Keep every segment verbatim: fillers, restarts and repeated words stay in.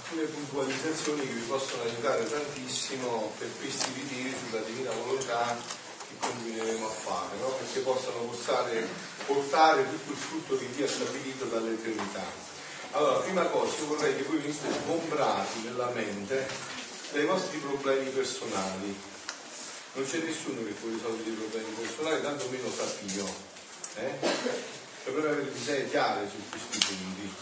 alcune puntualizzazioni che vi possono aiutare tantissimo per questi ritiri sulla divina volontà che continueremo a fare, no? Perché possano portare, portare tutto il frutto che Dio ha stabilito dall'eternità. Allora, prima cosa, io vorrei che voi veniste sgombrati nella mente dai vostri problemi personali. Non c'è nessuno che può risolvere i problemi personali, tanto meno sappio. Eh? Cioè, per avere idee chiare su questi punti.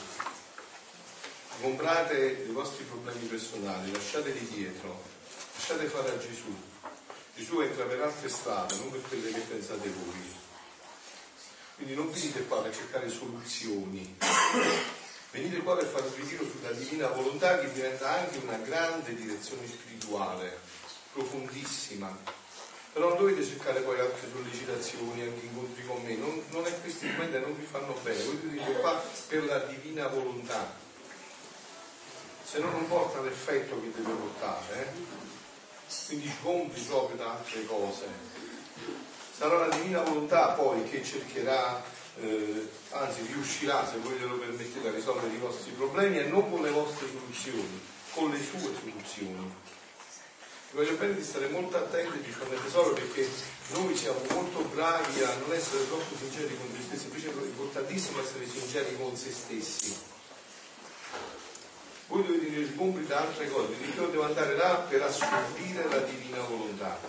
Comprate i vostri problemi personali, lasciateli dietro, lasciate fare a Gesù. Gesù entra per altre strade, non per quelle che pensate voi. Quindi non venite qua per cercare soluzioni, venite qua per fare un ritiro sulla divina volontà che diventa anche una grande direzione spirituale, profondissima. Però non dovete cercare poi altre sollecitazioni, anche incontri con me, non, non è questi momenti, non vi fanno bene, voi venite qua per la divina volontà, se no non porta l'effetto che deve portare, eh? Quindi sgombri proprio da altre cose. Sarà la divina volontà poi che cercherà, eh, anzi riuscirà, se voi glielo permettete, a risolvere i vostri problemi e non con le vostre soluzioni, con le sue soluzioni. Vi voglio bene di stare molto attenti di fare tesoro, perché noi siamo molto bravi a non essere troppo sinceri con noi stessi, invece è importantissimo essere sinceri con se stessi. Voi dovete dire sgombri da altre cose, io devo andare là per assorbire la divina volontà.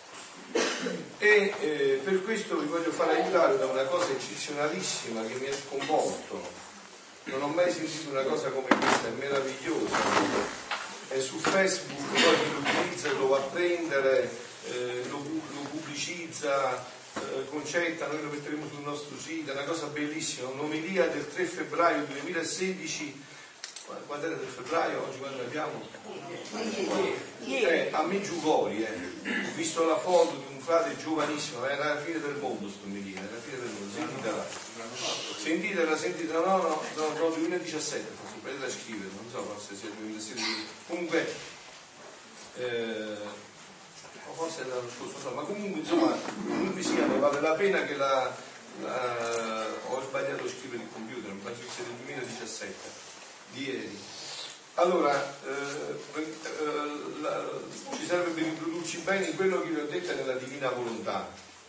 E eh, per questo vi voglio fare aiutare da una cosa eccezionalissima che mi ha sconvolto. Non ho mai sentito una cosa come questa, è meravigliosa. È su Facebook, poi chi lo utilizza lo va a prendere, eh, lo, lo pubblicizza, eh, concetta, noi lo metteremo sul nostro sito, è una cosa bellissima, un'omelia del tre febbraio duemilasedici. Quando era del febbraio, oggi quando abbiamo? Eh, a Meggiugori, eh. Ho visto la foto di un frate giovanissimo, era la fine del mondo sto Melina, era la fine del mondo, sentitela, sentitela, sentitela, no, no, no, no, duemiladiciassette, forse, prendete a scrivere, non so, forse sia duemilasedici, comunque, eh, forse era l'anno scorso, no, ma comunque, insomma, comunque sia, vale la pena che la, la ho sbagliato a scrivere il computer, mi penso che sia del duemiladiciassette. Di ieri. Allora, eh, eh, la, ci serve per riprodurci bene in quello che vi ho detto nella divina volontà.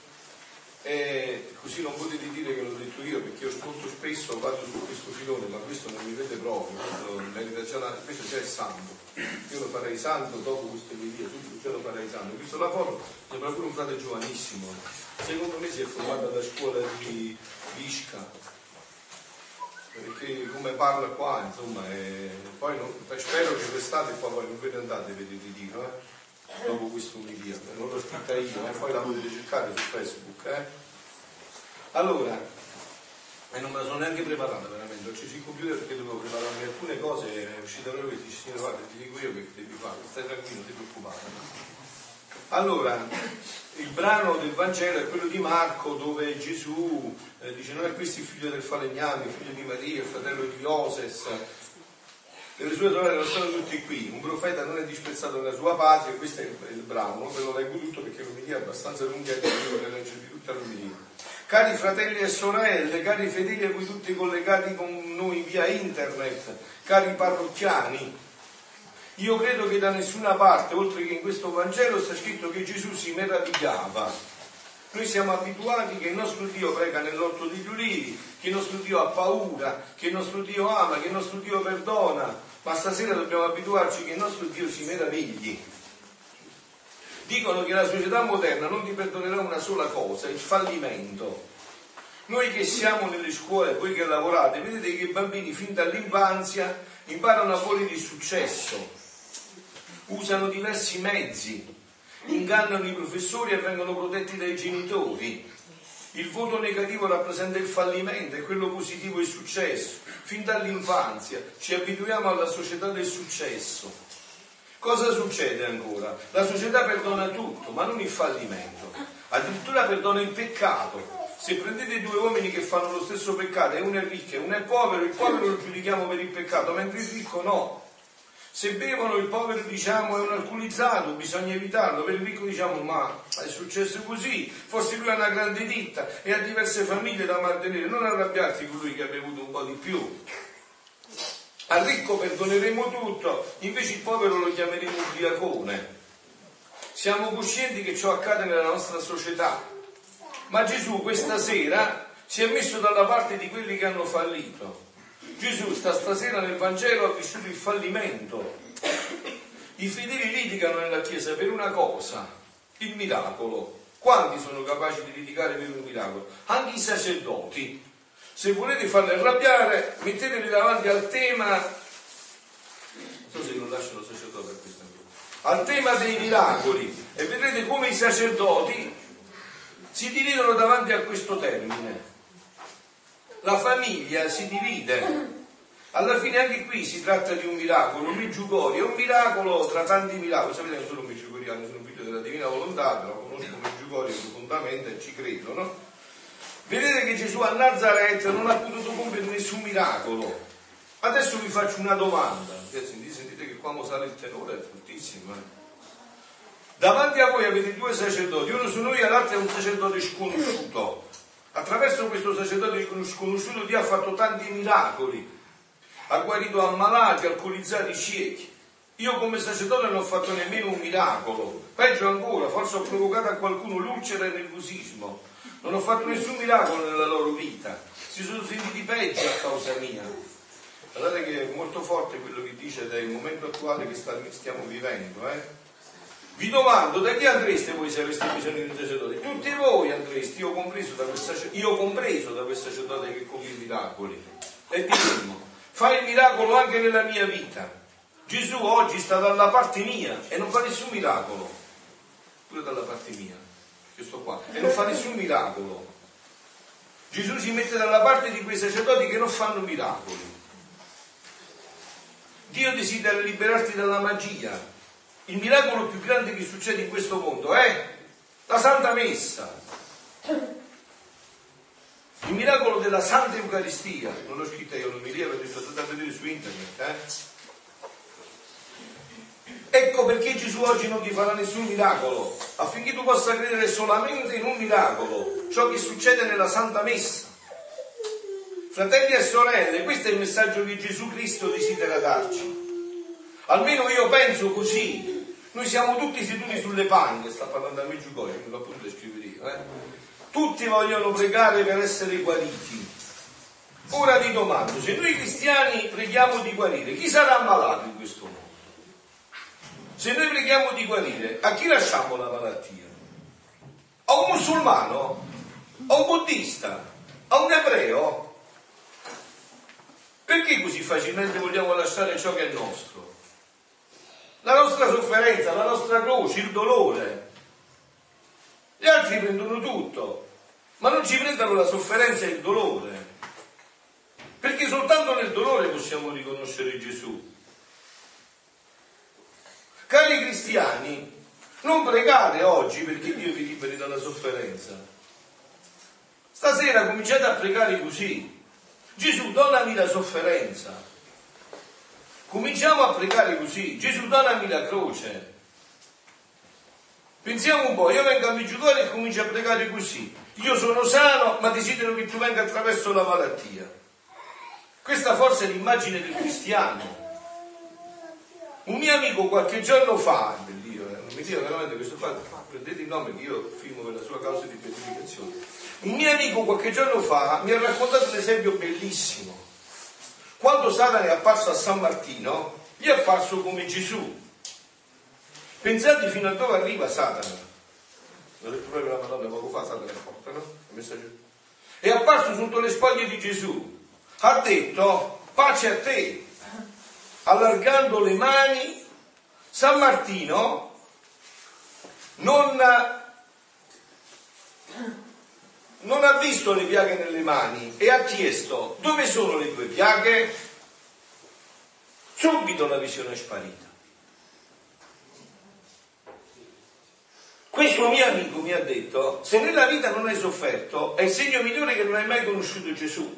E così non potete dire che l'ho detto io, perché io molto spesso vado su questo filone, ma questo non mi vede proprio, questo, già la, questo già è santo. Io lo farei santo dopo queste video, tutto già lo farei santo. Ho visto la foto, sembra pure un frate giovanissimo. Secondo me si è formato alla scuola di Ischia. Perché come parla qua, insomma, e poi non, spero che restate qua, poi non ve ne andate, vedete Dio, eh? Dopo questo video, non l'ho scritta io, eh? Poi la potete cercare su Facebook, eh? Allora, e non me la sono neanche preparata veramente, ho acceso il computer perché dovevo prepararmi alcune cose, è uscita proprio che ti dice, signora, guarda, ti dico io che devi fare, stai tranquillo, non ti preoccupare. Allora, il brano del Vangelo è quello di Marco, dove Gesù eh, dice: non è questo il figlio del falegname, il figlio di Maria, il fratello di Ioses, e le sue sorelle non sono tutti qui, un profeta non è disprezzato nella sua patria. Questo è il brano, ve lo leggo tutto perché l'umilia è abbastanza lunghetta, io vorrei leggervi tutta l'umilia. Cari fratelli e sorelle, cari fedeli a voi tutti collegati con noi via internet, cari parrocchiani, io credo che da nessuna parte, oltre che in questo Vangelo, sta scritto che Gesù si meravigliava. Noi siamo abituati che il nostro Dio prega nell'orto degli ulivi, che il nostro Dio ha paura, che il nostro Dio ama, che il nostro Dio perdona, ma stasera dobbiamo abituarci che il nostro Dio si meravigli. Dicono che la società moderna non ti perdonerà una sola cosa, il fallimento. Noi che siamo nelle scuole, voi che lavorate, vedete che i bambini fin dall'infanzia imparano a volere il successo. Usano diversi mezzi, ingannano i professori e vengono protetti dai genitori. Il voto negativo rappresenta il fallimento e quello positivo il successo. Fin dall'infanzia ci abituiamo alla società del successo. Cosa succede ancora? La società perdona tutto, ma non il fallimento. Addirittura perdona il peccato. Se prendete due uomini che fanno lo stesso peccato e uno è ricco e uno è povero, il povero lo giudichiamo per il peccato, mentre il ricco no. Se bevono, il povero diciamo è un alcolizzato, bisogna evitarlo, per il ricco diciamo ma è successo così, forse lui ha una grande ditta e ha diverse famiglie da mantenere, non arrabbiarti con lui che ha bevuto un po' di più. Al ricco perdoneremo tutto, invece il povero lo chiameremo ubriacone. Siamo coscienti che ciò accade nella nostra società, ma Gesù questa sera si è messo dalla parte di quelli che hanno fallito. Gesù sta stasera nel Vangelo ha vissuto il fallimento. I fedeli litigano nella Chiesa per una cosa, il miracolo. Quanti sono capaci di litigare per un miracolo? Anche i sacerdoti. Se volete farli arrabbiare, metteteli davanti al tema, non so se lo lascio lo sacerdote a questo, al tema dei miracoli, e vedrete come i sacerdoti si dividono davanti a questo termine. La famiglia si divide. Alla fine anche qui si tratta di un miracolo. Meggiugorio è un miracolo tra tanti miracoli. Sapete che sono un meggiugoriano, sono un figlio della Divina Volontà, però conosco Meggiugorio profondamente e ci credo, no? Vedete che Gesù a Nazaret non ha potuto compiere nessun miracolo. Adesso vi faccio una domanda. Sentite che qua sale il tenore, è fortissimo. Eh? Davanti a voi avete due sacerdoti, uno sono io e l'altro è un sacerdote sconosciuto. Attraverso questo sacerdote sconosciuto Dio ha fatto tanti miracoli. Ha guarito ammalati, alcolizzati, ciechi. Io come sacerdote non ho fatto nemmeno un miracolo. Peggio ancora, forse ho provocato a qualcuno l'ulcera e il nervosismo. Non ho fatto nessun miracolo nella loro vita. Si sono sentiti peggio a causa mia. Guardate che è molto forte quello che dice del momento attuale che stiamo vivendo. Eh? Vi domando, da chi andreste voi se aveste bisogno di un sacerdote? Tutti voi andreste, io compreso da quel sacerdote, io compreso da quel sacerdote che compie miracoli. E diremmo, fai il miracolo anche nella mia vita. Gesù oggi sta dalla parte mia e non fa nessun miracolo. Pure dalla parte mia, che sto qua, e non fa nessun miracolo. Gesù si mette dalla parte di quei sacerdoti che non fanno miracoli. Dio desidera liberarti dalla magia. Il miracolo più grande che succede in questo mondo è la Santa Messa. Il miracolo della Santa Eucaristia. Non l'ho scritta io, l'omelia, l'ho detto da vedere su internet. Eh? Ecco perché Gesù oggi non ti farà nessun miracolo, affinché tu possa credere solamente in un miracolo, ciò che succede nella Santa Messa. Fratelli e sorelle, questo è il messaggio che Gesù Cristo desidera darci. Almeno io penso così. Noi siamo tutti seduti sulle panche, sta parlando a Meggiugorio, quindi appunto scrivere io. Eh? Tutti vogliono pregare per essere guariti. Ora vi domando, se noi cristiani preghiamo di guarire, chi sarà ammalato in questo mondo? Se noi preghiamo di guarire, a chi lasciamo la malattia? A un musulmano? A un buddista? A un ebreo? Perché così facilmente vogliamo lasciare ciò che è nostro? La nostra sofferenza, la nostra croce, il dolore. Gli altri prendono tutto, ma non ci prendono la sofferenza e il dolore. Perché soltanto nel dolore possiamo riconoscere Gesù. Cari cristiani, non pregate oggi perché Dio vi liberi dalla sofferenza. Stasera cominciate a pregare così. Gesù, donami la sofferenza. Cominciamo a pregare così. Gesù, donami la croce. Pensiamo un po', io vengo a Meggiugorio e comincio a pregare così. Io sono sano, ma desidero che tu venga attraverso la malattia. Questa forse è l'immagine del cristiano. Un mio amico qualche giorno fa, Dio, eh, non mi dica veramente questo qua, prendete il nome che io firmo per la sua causa di beatificazione. Un mio amico qualche giorno fa mi ha raccontato un esempio bellissimo. Quando Satana è apparso a San Martino, gli è apparso come Gesù. Pensate fino a dove arriva Satana. L'ho detto proprio la Madonna poco fa, Satana è forte, no? È apparso sotto le spoglie di Gesù. Ha detto, pace a te. Allargando le mani, San Martino non ha, non ha visto le piaghe nelle mani e ha chiesto dove sono le tue piaghe? Subito la visione è sparita. Questo mio amico mi ha detto, se nella vita non hai sofferto, è il segno migliore che non hai mai conosciuto Gesù.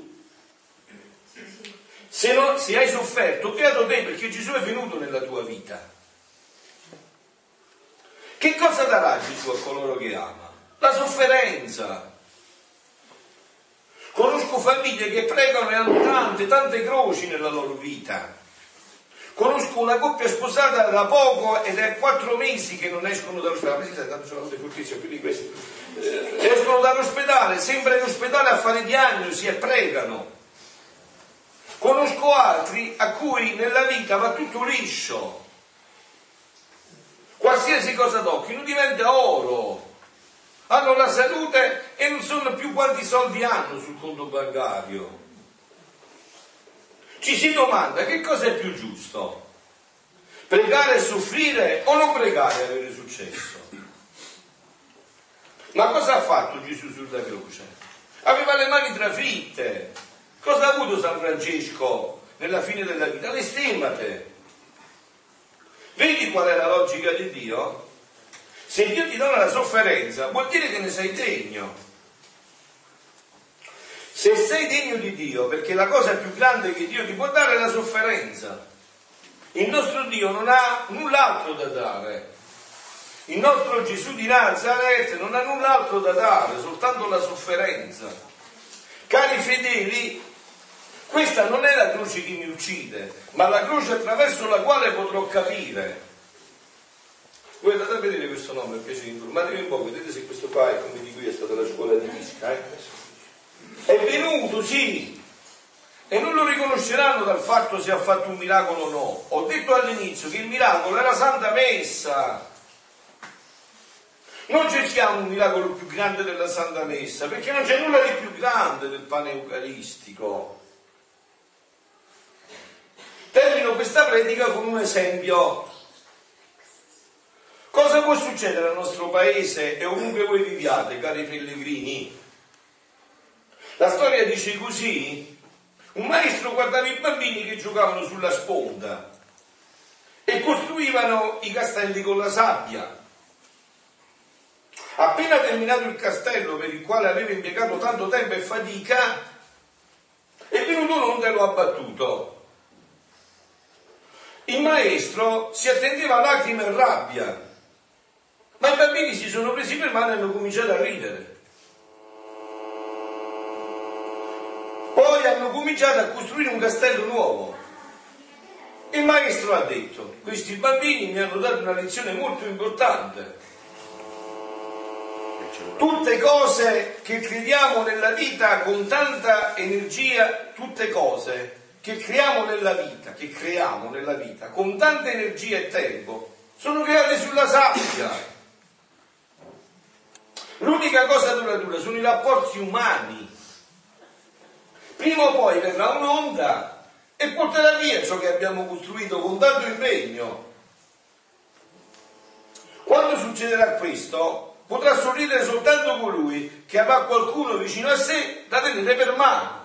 Se, no, se hai sofferto, beato te, perché Gesù è venuto nella tua vita. Che cosa darà Gesù a coloro che ama? La sofferenza. Conosco famiglie che pregano e hanno tante, tante croci nella loro vita. Conosco una coppia sposata da poco ed è quattro mesi che non escono dall'ospedale. Ma tanto sono avuto giustizia più di questo. Eh, escono dall'ospedale, sembra in ospedale a fare diagnosi e pregano. Conosco altri a cui nella vita va tutto liscio. Qualsiasi cosa tocchino diventa oro. Hanno la salute e non sanno più quanti soldi hanno sul conto bancario. Ci si domanda che cosa è più giusto? Pregare e soffrire o non pregare e avere successo? Ma cosa ha fatto Gesù sulla croce? Aveva le mani trafitte. Cosa ha avuto San Francesco nella fine della vita? Le stemmate. Vedi qual è la logica di Dio? Se Dio ti dona la sofferenza, vuol dire che ne sei degno. Se sei degno di Dio, perché la cosa più grande che Dio ti può dare è la sofferenza. Il nostro Dio non ha null'altro da dare. Il nostro Gesù di Nazareth non ha null'altro da dare, soltanto la sofferenza. Cari fedeli, questa non è la croce che mi uccide, ma la croce attraverso la quale potrò capire. Voi andate a vedere questo nome, per piacere, informatevi un po', vedete se questo qua è come di qui è stata la scuola di Pisca, eh? È venuto, sì, e non lo riconosceranno dal fatto se ha fatto un miracolo o no. Ho detto all'inizio che il miracolo è la Santa Messa. Non cerchiamo un miracolo più grande della Santa Messa, perché non c'è nulla di più grande del pane eucaristico. Termino questa predica con un esempio. Cosa può succedere al nostro paese e ovunque voi viviate, cari pellegrini? La storia dice così: un maestro guardava i bambini che giocavano sulla sponda e costruivano i castelli con la sabbia. Appena terminato il castello, per il quale aveva impiegato tanto tempo e fatica, è venuto un'onda e lo ha abbattuto. Il maestro si attendeva a lacrime e rabbia, ma i bambini si sono presi per mano e hanno cominciato a ridere. Poi hanno cominciato a costruire un castello nuovo. Il maestro ha detto: questi bambini mi hanno dato una lezione molto importante. Tutte cose che crediamo nella vita con tanta energia, tutte cose che creiamo nella vita, che creiamo nella vita con tanta energia e tempo, sono create sulla sabbia. L'unica cosa duratura sono i rapporti umani. Prima o poi verrà un'onda e porterà via ciò che abbiamo costruito con tanto impegno. Quando succederà questo, potrà sorridere soltanto colui che avrà qualcuno vicino a sé da tenere per mano.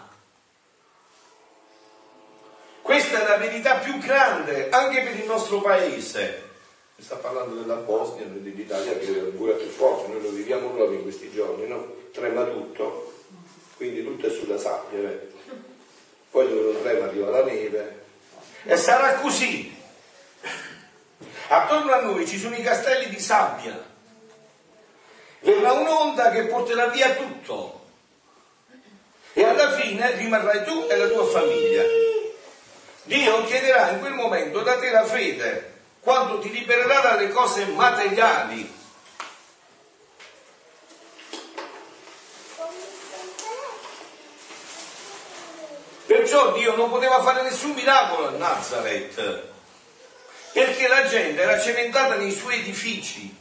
Questa è la verità più grande anche per il nostro paese. Si sta parlando della Bosnia, dell'Italia, che è ancora più forte, noi lo viviamo proprio in questi giorni, no? Trema tutto, quindi tutto è sulla sabbia, eh? Poi dove non trema arriva la neve, e sarà così. Attorno a noi ci sono i castelli di sabbia. Verrà un'onda che porterà via tutto e alla fine rimarrai tu e la tua famiglia. Dio chiederà in quel momento da te la fede, quando ti libererà dalle cose materiali. Perciò Dio non poteva fare nessun miracolo a Nazareth, perché la gente era cementata nei suoi edifici.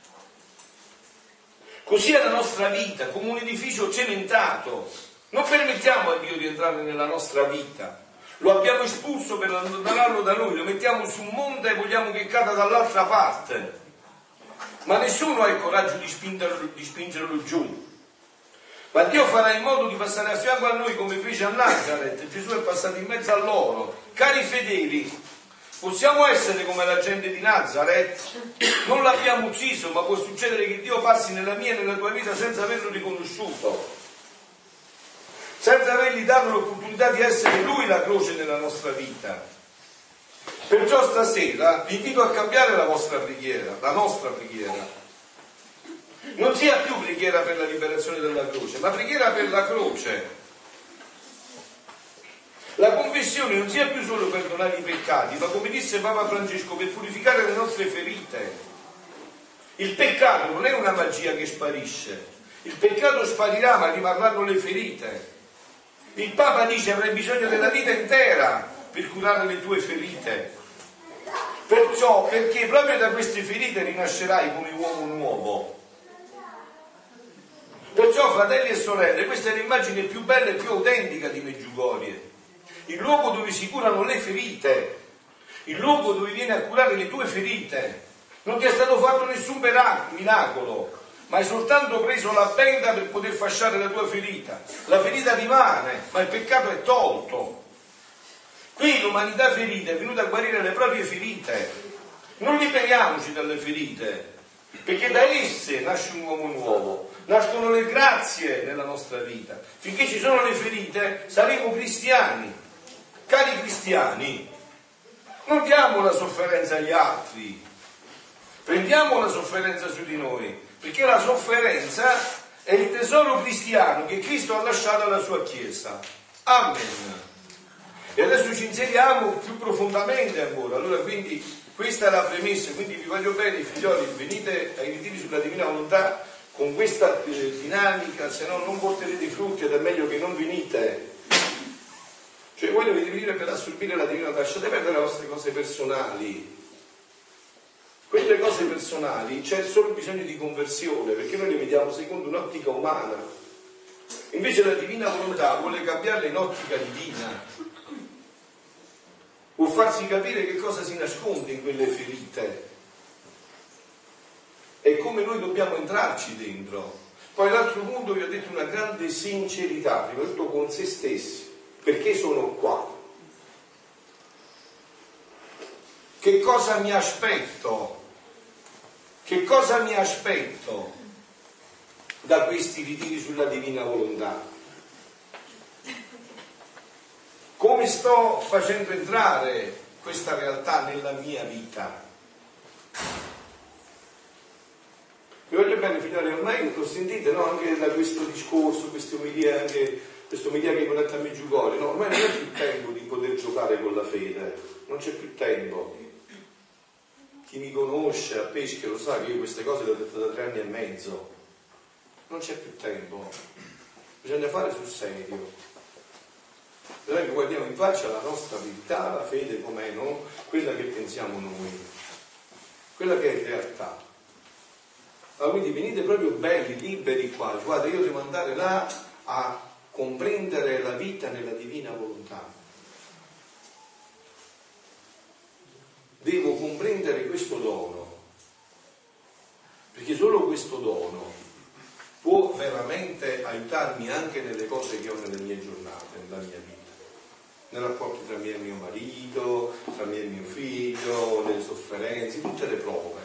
Così è la nostra vita, come un edificio cementato. Non permettiamo a Dio di entrare nella nostra vita. Lo abbiamo espulso per allontanarlo da noi, lo mettiamo su un monte e vogliamo che cada dall'altra parte. Ma nessuno ha il coraggio di spingerlo, di spingerlo giù. Ma Dio farà in modo di passare a fianco a noi come fece a Nazareth. Gesù è passato in mezzo a loro. Cari fedeli, possiamo essere come la gente di Nazareth? Non l'abbiamo ucciso, ma può succedere che Dio passi nella mia e nella tua vita senza averlo riconosciuto, senza avergli dato l'opportunità di essere Lui la croce nella nostra vita. Perciò stasera vi invito a cambiare la vostra preghiera, la nostra preghiera. Non sia più preghiera per la liberazione dalla croce, ma preghiera per la croce. La convinzione confessione non sia più solo perdonare i peccati, ma come disse Papa Francesco, per purificare le nostre ferite. Il peccato non è una magia che sparisce, il peccato sparirà ma rimarranno le ferite. Il Papa dice avrai bisogno della vita intera per curare le tue ferite. Perciò, perché proprio da queste ferite rinascerai come uomo nuovo. Perciò, fratelli e sorelle, questa è l'immagine più bella e più autentica di Medjugorje. Il luogo dove si curano le ferite, il luogo dove viene a curare le tue ferite. Non ti è stato fatto nessun miracolo, ma hai soltanto preso la benda per poter fasciare la tua ferita. La ferita rimane, ma il peccato è tolto. Qui l'umanità ferita è venuta a guarire le proprie ferite. Non liberiamoci dalle ferite, perché da esse nasce un uomo nuovo, nascono le grazie nella nostra vita. Finché ci sono le ferite saremo cristiani. Cari cristiani, non diamo la sofferenza agli altri, prendiamo la sofferenza su di noi, perché la sofferenza è il tesoro cristiano che Cristo ha lasciato alla sua Chiesa. Amen. E adesso ci inseriamo più profondamente ancora. Allora, quindi, questa è la premessa. Quindi vi voglio bene, figlioli, venite ai ritiri sulla Divina Volontà con questa eh, dinamica, se no non porterete i frutti ed è meglio che non venite. Cioè, voi dovete venire per assorbire la Divina Volontà, lasciate perdere le vostre cose personali. Quelle cose personali c'è solo bisogno di conversione, perché noi le vediamo secondo un'ottica umana. Invece la Divina Volontà vuole cambiarle in ottica divina. Vuol farsi capire che cosa si nasconde in quelle ferite e come noi dobbiamo entrarci dentro. Poi l'altro punto vi ho detto una grande sincerità, prima di tutto con se stessi. Perché sono qua? Che cosa mi aspetto? Che cosa mi aspetto da questi ritiri sulla Divina Volontà? Come sto facendo entrare questa realtà nella mia vita? Vi voglio bene, figlioli, ormai lo sentite, no? Anche da questo discorso, queste omelie, anche questo omelia che connetta a Medjugorje, no? Ormai non è più tempo di poter giocare con la fede, non c'è più tempo. Chi mi conosce a Pesche lo sa che io queste cose le ho dette da tre anni e mezzo. Non c'è più tempo, bisogna fare sul serio. Bisogna che guardiamo in faccia la nostra verità, la fede com'è, no? Quella che pensiamo noi, quella che è realtà. Allora, quindi venite proprio belli, liberi qua. Guarda, io devo andare là a comprendere la vita nella Divina Volontà. Devo comprendere questo dono, perché solo questo dono può veramente aiutarmi anche nelle cose che ho nelle mie giornate, nella mia vita, nel rapporto tra me e mio marito, tra me e mio figlio, nelle sofferenze, in tutte le prove,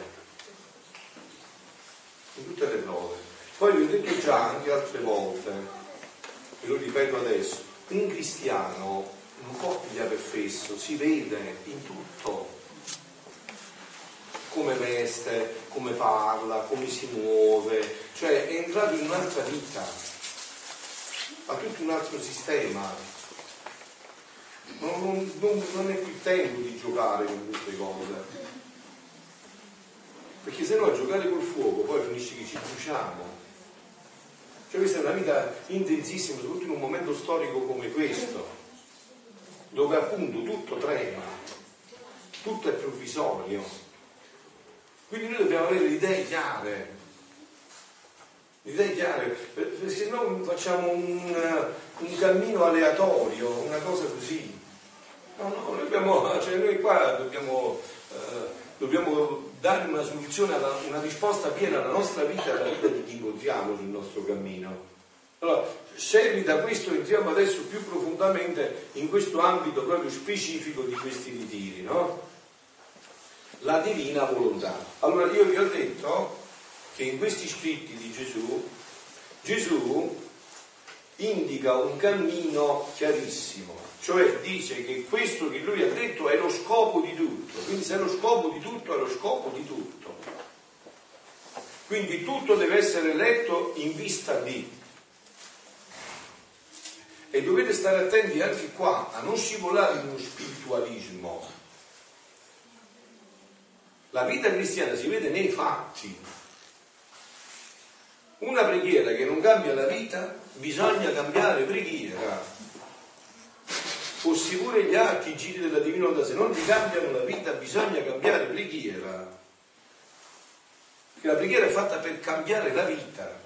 in tutte le prove. Poi vi ho detto già anche altre volte, e lo ripeto adesso, un cristiano non può pigliare fesso, si vede in tutto. Come veste, come parla, come si muove, cioè è entrato in un'altra vita, ha tutto un altro sistema. Non, non, non, non è più tempo di giocare con queste cose, perché se no a giocare col fuoco poi finisce che ci bruciamo. Cioè questa è una vita intensissima, soprattutto in un momento storico come questo, dove appunto tutto trema, tutto è provvisorio. Quindi noi dobbiamo avere le idee chiare, le idee chiare, perché se no facciamo un, un cammino aleatorio, una cosa così. No, no, noi, abbiamo, cioè noi qua dobbiamo, eh, dobbiamo dare una soluzione, alla, una risposta piena alla nostra vita e alla vita di chi incontriamo sul nostro cammino. Allora, scegli da questo, entriamo adesso più profondamente in questo ambito proprio specifico di questi ritiri, no? La Divina Volontà. Allora io vi ho detto che in questi scritti di Gesù, Gesù indica un cammino chiarissimo, cioè dice che questo che lui ha detto è lo scopo di tutto, quindi se è lo scopo di tutto è lo scopo di tutto, quindi tutto deve essere letto in vista di. E dovete stare attenti anche qua a non scivolare in uno spiritualismo. La vita cristiana si vede nei fatti. Una preghiera che non cambia la vita, bisogna cambiare preghiera. Fossi pure gli atti, i giri della divina volontà, se non ti cambiano la vita, bisogna cambiare preghiera. Perché la preghiera è fatta per cambiare la vita.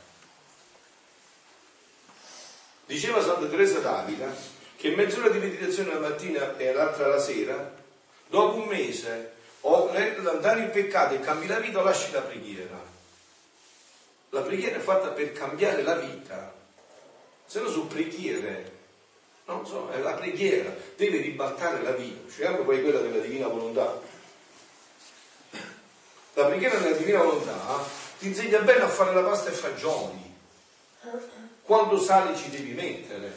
Diceva Santa Teresa d'Avila che mezz'ora di meditazione la mattina e l'altra la sera, dopo un mese, o allontanare il peccato e cambi la vita o lasci la preghiera. La preghiera è fatta per cambiare la vita, se no sono preghiere, non so, è la preghiera, deve ribaltare la vita. Scegliamo poi quella della divina volontà. La preghiera della divina volontà ti insegna bene a fare la pasta e fagioli. Quanto sale ci devi mettere?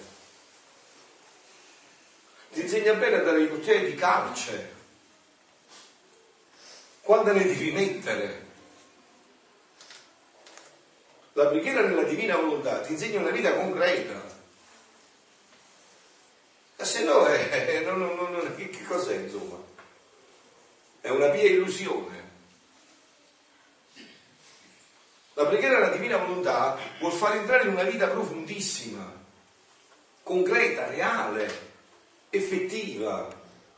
Ti insegna bene a dare i cucchiai di calce. Quando ne devi mettere? La preghiera nella divina volontà ti insegna una vita concreta. E se no, è, non, non, non, che, che cos'è insomma? È una pia illusione. La preghiera della divina volontà vuol far entrare in una vita profondissima, concreta, reale, effettiva.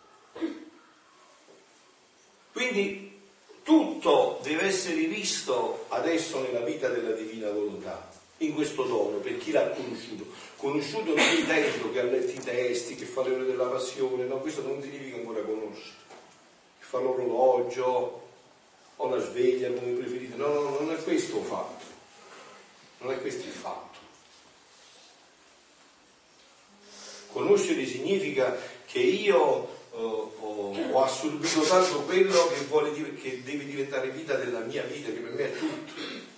Quindi tutto deve essere rivisto adesso nella vita della divina volontà, in questo dono, per chi l'ha conosciuto. Conosciuto non intendo che ha letto i testi, che fa le ore della passione, no, questo non significa ancora conoscere, che fa l'orologio o la sveglia come preferite, no, no, non è questo il fatto, non è questo il fatto. Conoscere significa che io eh, ho, ho assorbito tanto quello che, vuole, che deve diventare vita della mia vita, che per me è tutto,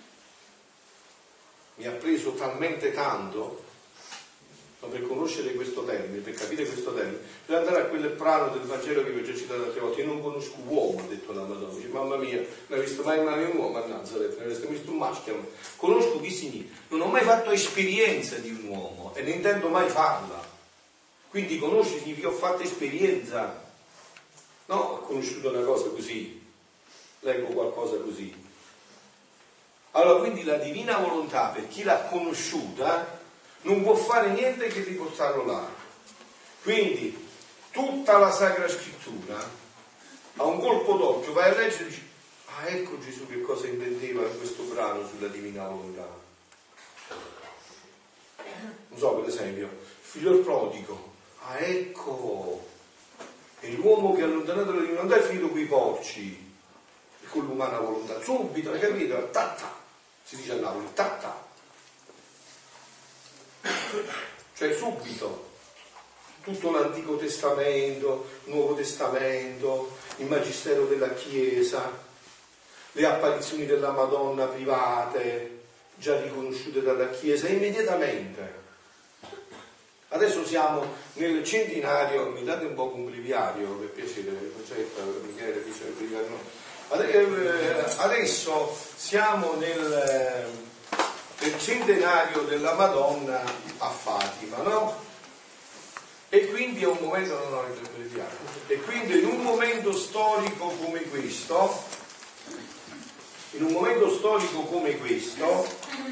mi ha preso talmente tanto. Ma per conoscere questo termine, per capire questo termine, bisogna andare a quel brano del Vangelo che vi ho già citato altre volte. Io non conosco uomo, ha detto la Madonna. Dice, mamma mia, non hai visto mai un uomo a Nazareth, non hai visto un maschio. Conosco chi significa. Non ho mai fatto esperienza di un uomo e ne intendo mai farla. Quindi conoscere significa ho fatto esperienza. No, ho conosciuto una cosa così, leggo qualcosa così. Allora, quindi la divina volontà, per chi l'ha conosciuta, non può fare niente che riportarlo là. Quindi tutta la Sacra Scrittura a un colpo d'occhio vai a leggere e dici, ah, ecco Gesù che cosa intendeva in questo brano sulla divina volontà. Non so, per esempio, il figlio del prodigo, ah, ecco, e l'uomo che ha allontanato la divina volontà è finito coi porci e con l'umana volontà. Subito, hai capito? Tatta, si dice a Napoli, tatta. Cioè subito tutto l'Antico Testamento, il Nuovo Testamento, il Magistero della Chiesa, le apparizioni della Madonna private già riconosciute dalla Chiesa immediatamente. Adesso siamo nel centenario, mi date un po' un breviario per piacere, adesso siamo nel del centenario della Madonna a Fatima, no? E quindi è un momento, non ho interpretato, e quindi in un momento storico come questo, in un momento storico come questo,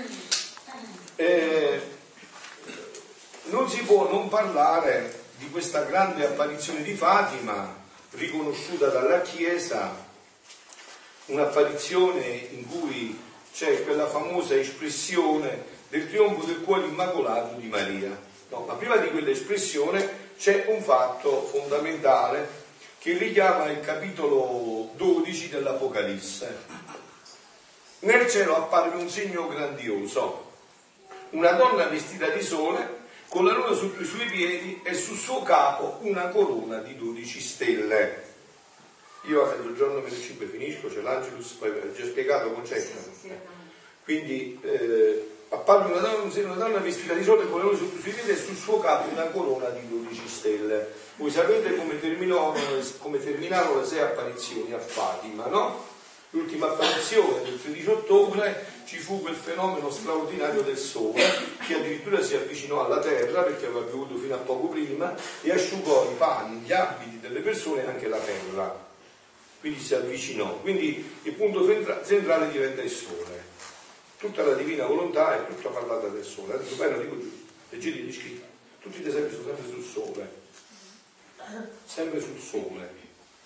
eh, non si può non parlare di questa grande apparizione di Fatima, riconosciuta dalla Chiesa, un'apparizione in cui c'è quella famosa espressione del trionfo del cuore immacolato di Maria. No, ma prima di quell'espressione c'è un fatto fondamentale che richiama il capitolo dodici dell'Apocalisse. Nel cielo apparve un segno grandioso, una donna vestita di sole, con la luna sotto i suoi piedi e sul suo capo una corona di dodici stelle. Io a mezzogiorno me ne cibo finisco, c'è l'Angelus, poi ho già spiegato il concetto. Quindi eh, apparve una donna, una donna vestita di sole con le lune sotto i suoi piedi e sul suo capo una corona di dodici stelle. Voi sapete come terminò, come terminarono le sei apparizioni a Fatima, no? l'ultima apparizione del tredici ottobre ci fu quel fenomeno straordinario del sole che addirittura si avvicinò alla terra perché aveva piovuto fino a poco prima e asciugò i panni, gli abiti delle persone e anche la terra, quindi si avvicinò, quindi il punto centrale diventa il sole, tutta la divina volontà è tutta parlata del sole. Adesso poi lo dico giù, leggete gli scritti, tutti gli esempi sono sempre sul sole, sempre sul sole.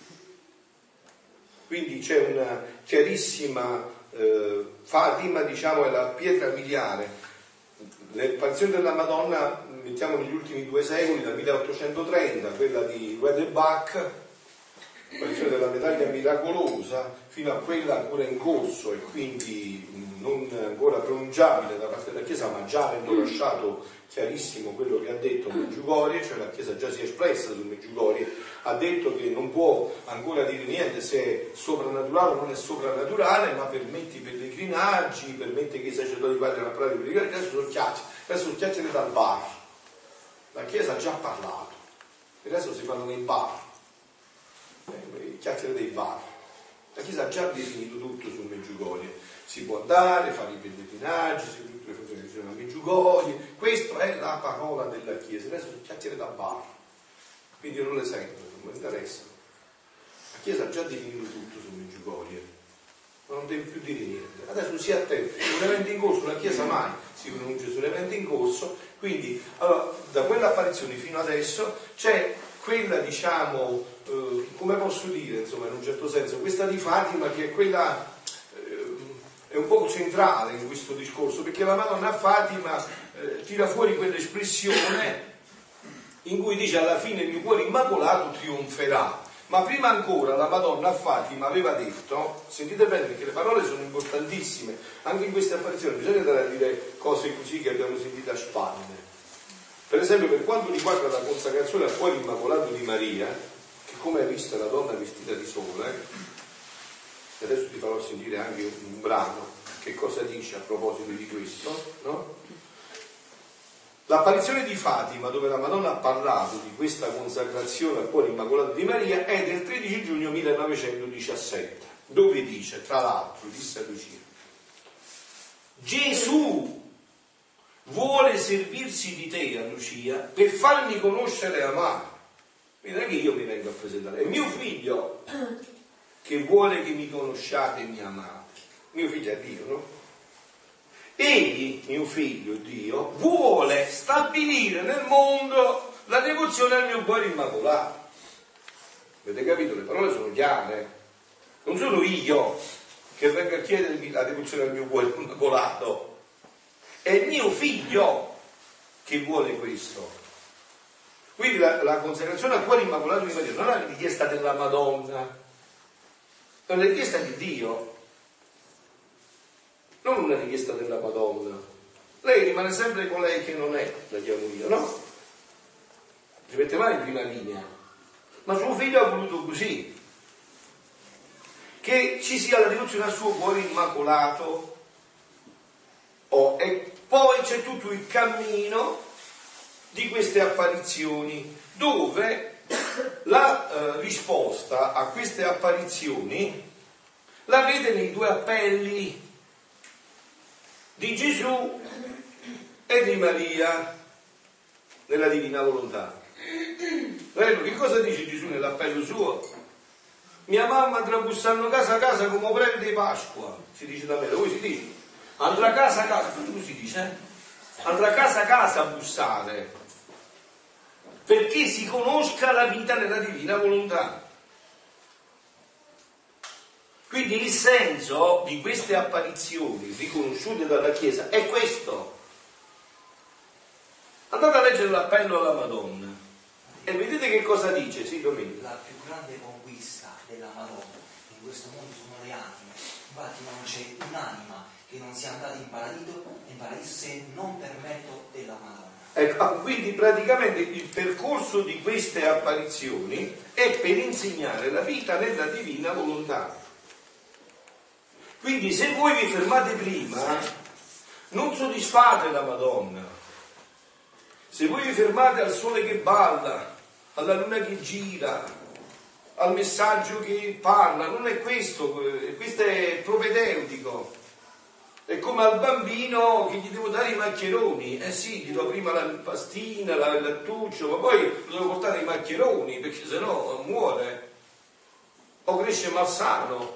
Quindi c'è una chiarissima eh, Fatima, diciamo, è la pietra miliare. L'apparizione della Madonna, mettiamo negli ultimi due secoli, dal milleottocentotrenta, quella di Wedebach, l'apparizione della medaglia miracolosa, fino a quella ancora in corso e quindi non ancora pronunciabile da parte della Chiesa, ma già avendo lasciato chiarissimo quello che ha detto Medjugorje, cioè la Chiesa già si è espressa su Medjugorje, ha detto che non può ancora dire niente se è soprannaturale o non è soprannaturale, ma permette i pellegrinaggi, permette che i sacerdoti vadano a parlare di pellegrinaggi. Adesso sono chiacchiere, adesso sono chiacchiere dal bar. La Chiesa ha già parlato, adesso si fanno nei bar, eh, chiacchiere dei bar. La Chiesa ha già definito tutto su Medjugorje, si può andare, fare i pellegrinaggi, si tutte le funzioni che sono a Medjugorje, questa è la parola della Chiesa, adesso sono chiacchiere da bar, quindi io non le sento, non mi interessano. La Chiesa ha già definito tutto su Medjugorje, ma non deve più dire niente. Adesso si attenti, un evento in corso, la Chiesa mai si pronuncia su un evento in corso, quindi allora, da quell'apparizione fino adesso c'è quella, diciamo, eh, come posso dire, insomma, in un certo senso, questa di Fatima che è quella, eh, è un po' centrale in questo discorso, perché la Madonna a Fatima eh, tira fuori quell'espressione in cui dice alla fine il mio cuore immacolato trionferà. Ma prima ancora la Madonna a Fatima aveva detto, sentite bene perché le parole sono importantissime, anche in queste apparizioni bisogna andare a dire cose così che abbiamo sentito a spalle. Per esempio, per quanto riguarda la consacrazione al cuore immacolato di Maria, che come hai visto è la donna vestita di sole, e adesso ti farò sentire anche un brano che cosa dice a proposito di questo, no? L'apparizione di Fatima, dove la Madonna ha parlato di questa consacrazione al cuore immacolato di Maria, è del tredici giugno millenovecentodiciassette, dove dice, tra l'altro, disse a Lucia, Gesù vuole servirsi di te, a Lucia, per farmi conoscere e amare. Quindi non è che io mi vengo a presentare, è mio figlio che vuole che mi conosciate e mi amate. Mio figlio è Dio, no? Egli, mio figlio, Dio, vuole stabilire nel mondo la devozione al mio cuore immacolato. Avete capito? Le parole sono chiare. Non sono io che vengo a chiedermi la devozione al mio cuore immacolato. È mio figlio che vuole questo. Quindi la, la consacrazione al cuore immacolato di Maria non è una richiesta della Madonna, è una richiesta di Dio. Non una richiesta della Madonna. Lei rimane sempre colei che non è, la chiamo io, no? Si mette mai in prima linea. Ma suo figlio ha voluto così. Che ci sia la devozione al suo cuore immacolato. Oh, e poi c'è tutto il cammino di queste apparizioni, dove la eh, risposta a queste apparizioni la vede nei due appelli di Gesù e di Maria nella divina volontà. Bello, che cosa dice Gesù nell'appello suo? Mia mamma andrà bussando casa a casa come premi di Pasqua, si dice da me, voi si dice? Andrà casa a casa, come si dice? Eh? Andrà casa a casa a bussare, perché si conosca la vita nella divina volontà. Quindi il senso di queste apparizioni riconosciute dalla Chiesa è questo. Andate a leggere l'appello alla Madonna e vedete che cosa dice, sì, Domenico. La più grande conquista della Madonna in questo mondo sono le anime. Infatti non c'è un'anima che non sia andata in paradiso, in paradiso se non per merito della Madonna. Ecco, quindi praticamente il percorso di queste apparizioni è per insegnare la vita nella divina volontà. Quindi se voi vi fermate prima, non soddisfate la Madonna. Se voi vi fermate al sole che balla, alla luna che gira, al messaggio che parla, non è questo, questo è propedeutico. È come al bambino che gli devo dare i maccheroni, eh sì, gli do prima la pastina, la, il lattuccio, ma poi lo devo portare ai maccheroni, perché sennò muore, o cresce malsano.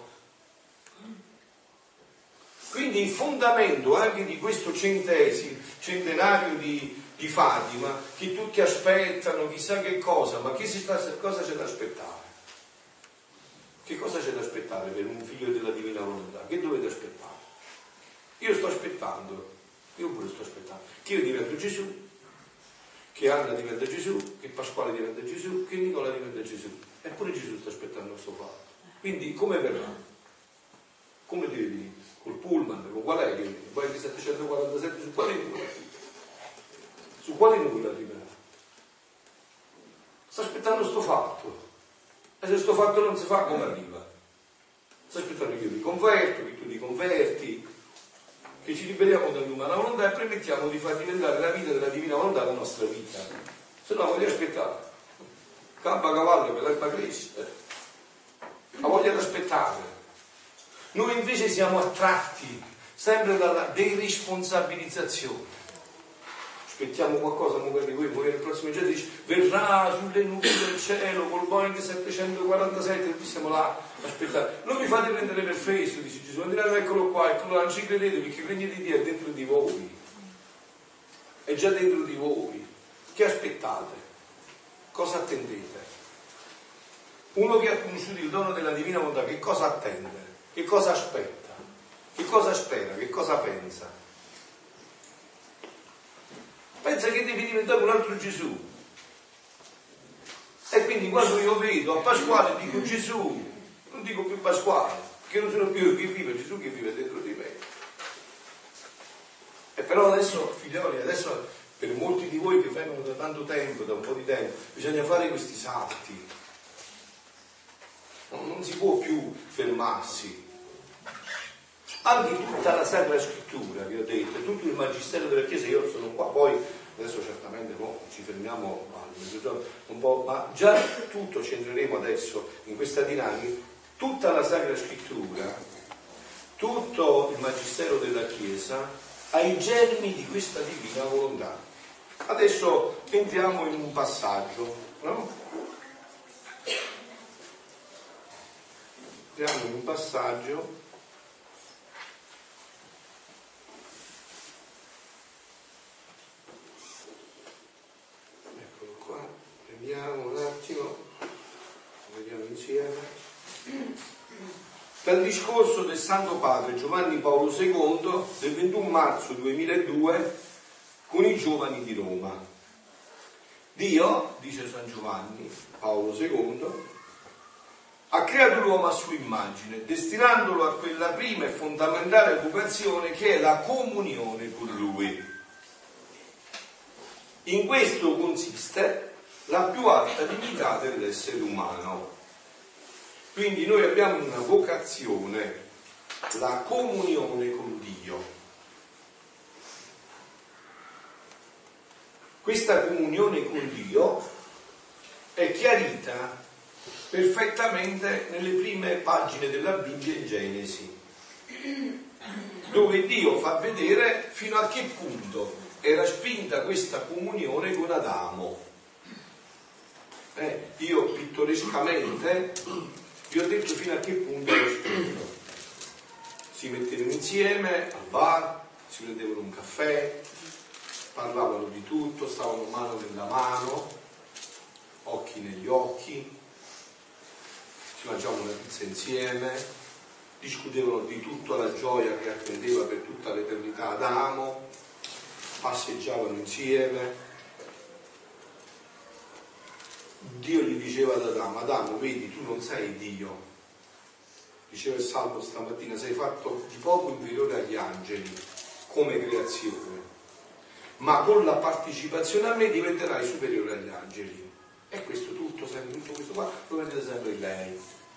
Quindi il fondamento anche di questo centesimo, centenario di, di Fatima, che tutti aspettano chissà che cosa, ma che si sta, cosa c'è da aspettare? Che cosa c'è da aspettare per un figlio della divina volontà? Che dovete aspettare? Io sto aspettando, io pure sto aspettando, che io divento Gesù, che Anna diventa Gesù, che Pasquale diventa Gesù, che Nicola diventa Gesù. Eppure Gesù sta aspettando questo fatto. Quindi come verrà? Come deve venire? Col pullman, con qual è che viene? Poi di settecentoquarantasette su quale nulla? Su quale nulla arriverà? Sta aspettando sto fatto. E se sto fatto non si fa, come arriva? Sta aspettando che io mi converto, che tu ti converti, che ci liberiamo dall'umana volontà e permettiamo di far diventare la vita della divina volontà la nostra vita. Se no voglio aspettare. Campa cavallo per l'erba cresce. Ma voglio aspettare. Noi invece siamo attratti sempre dalla deresponsabilizzazione. Aspettiamo qualcosa, magari voi, poi nel prossimo giorno dice verrà sulle nubi del cielo col Boeing settecentoquarantasette e noi siamo là a aspettare. Non vi fate prendere per festo, dice Gesù, andate, eccolo qua, eccolo là, non ci credete perché il regno di Dio è dentro di voi, è già dentro di voi. Che aspettate? Cosa attendete? Uno che ha conosciuto il dono della divina volontà, che cosa attende? Che cosa aspetta? Che cosa spera? Che cosa pensa? Pensa che devi diventare un altro Gesù. E quindi quando io vedo a Pasquale dico Gesù, non dico più Pasquale, che non sono più io che vive, Gesù che vive dentro di me. E però adesso, figlioli, adesso per molti di voi che vengono da tanto tempo, da un po' di tempo, bisogna fare questi salti. Non, non si può più fermarsi. Anche tutta la Sacra Scrittura, vi ho detto, tutto il Magistero della Chiesa, io sono qua, poi adesso certamente no, ci fermiamo un po', ma già tutto centreremo adesso in questa dinamica, tutta la Sacra Scrittura, tutto il Magistero della Chiesa, ai germi di questa divina volontà. Adesso entriamo in un passaggio, no? Entriamo in un passaggio. Vediamo un attimo, vediamo insieme. Dal discorso del Santo Padre Giovanni Paolo secondo del ventuno marzo duemiladue con i giovani di Roma. Dio, dice San Giovanni Paolo secondo, ha creato l'uomo a sua immagine, destinandolo a quella prima e fondamentale vocazione che è la comunione con Lui. In questo consiste la più alta dignità dell'essere umano. Quindi noi abbiamo una vocazione, la comunione con Dio. Questa comunione con Dio è chiarita perfettamente nelle prime pagine della Bibbia in Genesi, dove Dio fa vedere fino a che punto era spinta questa comunione con Adamo. Eh, io pittorescamente vi ho detto fino a che punto ero spinto. Si mettevano insieme al bar, si prendevano un caffè, parlavano di tutto, stavano mano nella mano, occhi negli occhi, si mangiavano una pizza insieme, discutevano di tutta la gioia che attendeva per tutta l'eternità Adamo, passeggiavano insieme. Dio gli diceva ad Adamo: Adamo, vedi, tu non sei Dio, diceva il Salmo stamattina, sei fatto di poco inferiore agli angeli come creazione, ma con la partecipazione a me diventerai superiore agli angeli. E questo tutto, sempre tutto questo qua lo vedete sempre in lei.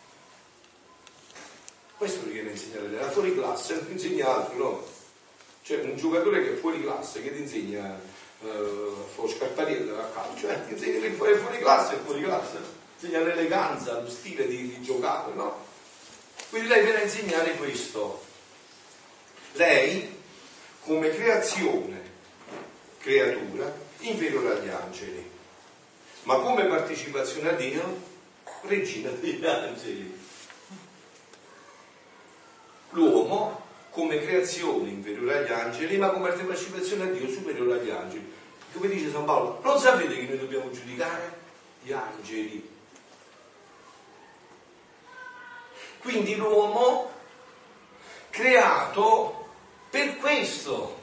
Questo lo viene a insegnare lei, la fuori classe non insegna altro, no? Cioè un giocatore che è fuori classe, che ti insegna uh, fuori scarpariello a calcio, eh, ti insegna che è fuori classe, è fuori classe. insegna l'eleganza, lo stile di, di giocare, no? Quindi lei viene a insegnare questo. Lei, come creazione, creatura, inferiore agli angeli, ma come partecipazione a Dio, regina degli angeli. L'uomo come creazione inferiore agli angeli, ma come partecipazione a Dio superiore agli angeli. Come dice San Paolo, non sapete che noi dobbiamo giudicare gli angeli? Quindi l'uomo creato per questo,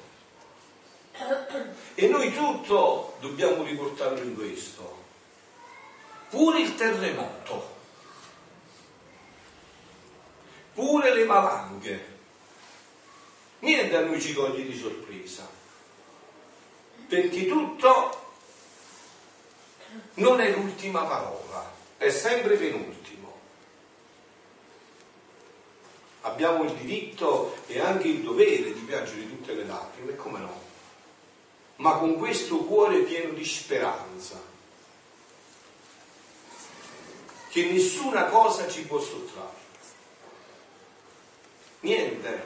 e noi tutto dobbiamo riportarlo in questo, pure il terremoto, pure le valanghe, niente a noi ci coglie di sorpresa, perché tutto non è l'ultima parola, è sempre penultimo. Abbiamo il diritto e anche il dovere di piangere tutte le lacrime, come no? Ma con questo cuore pieno di speranza, che nessuna cosa ci può sottrarre. Niente.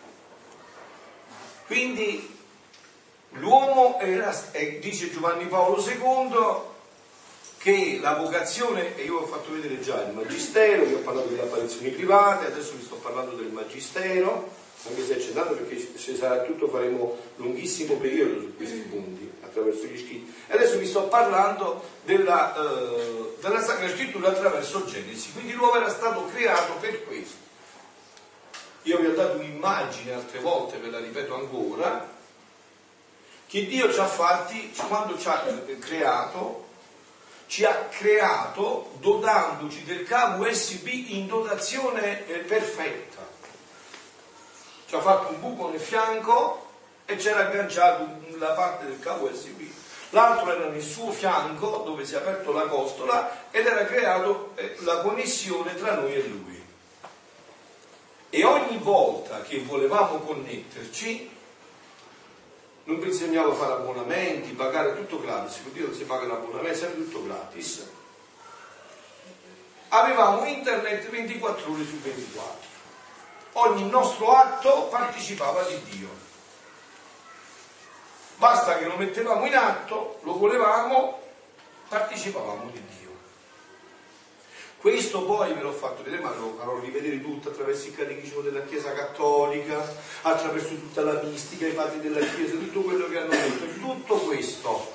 Quindi l'uomo era, e dice Giovanni Paolo secondo, che la vocazione, e io ho fatto vedere già il magistero, io ho parlato delle apparizioni private, adesso vi sto parlando del magistero, anche se c'è tanto, perché se sarà tutto faremo lunghissimo periodo su questi punti attraverso gli scritti. E adesso vi sto parlando della, eh, della Sacra Scrittura attraverso Genesi. Quindi l'uomo era stato creato per questo. Io vi ho dato un'immagine altre volte, ve la ripeto ancora, che Dio ci ha fatti, quando ci ha creato, ci ha creato dotandoci del cavo U S B in dotazione eh, perfetta. Ci ha fatto un buco nel fianco e c'era agganciato la parte del cavo U S B. L'altro era nel suo fianco, dove si è aperto la costola, ed era creato eh, la connessione tra noi e lui. E ogni volta che volevamo connetterci, non bisognava fare abbonamenti, pagare tutto gratis, perché non si paga l'abbonamento, è sempre tutto gratis. Avevamo internet ventiquattro ore su ventiquattro. Ogni nostro atto partecipava di Dio. Basta che lo mettevamo in atto, lo volevamo, partecipavamo di Dio. Questo poi ve l'ho fatto vedere, ma lo farò rivedere tutto attraverso il catechismo della Chiesa Cattolica, attraverso tutta la mistica, i padri della Chiesa, tutto quello che hanno detto, tutto questo.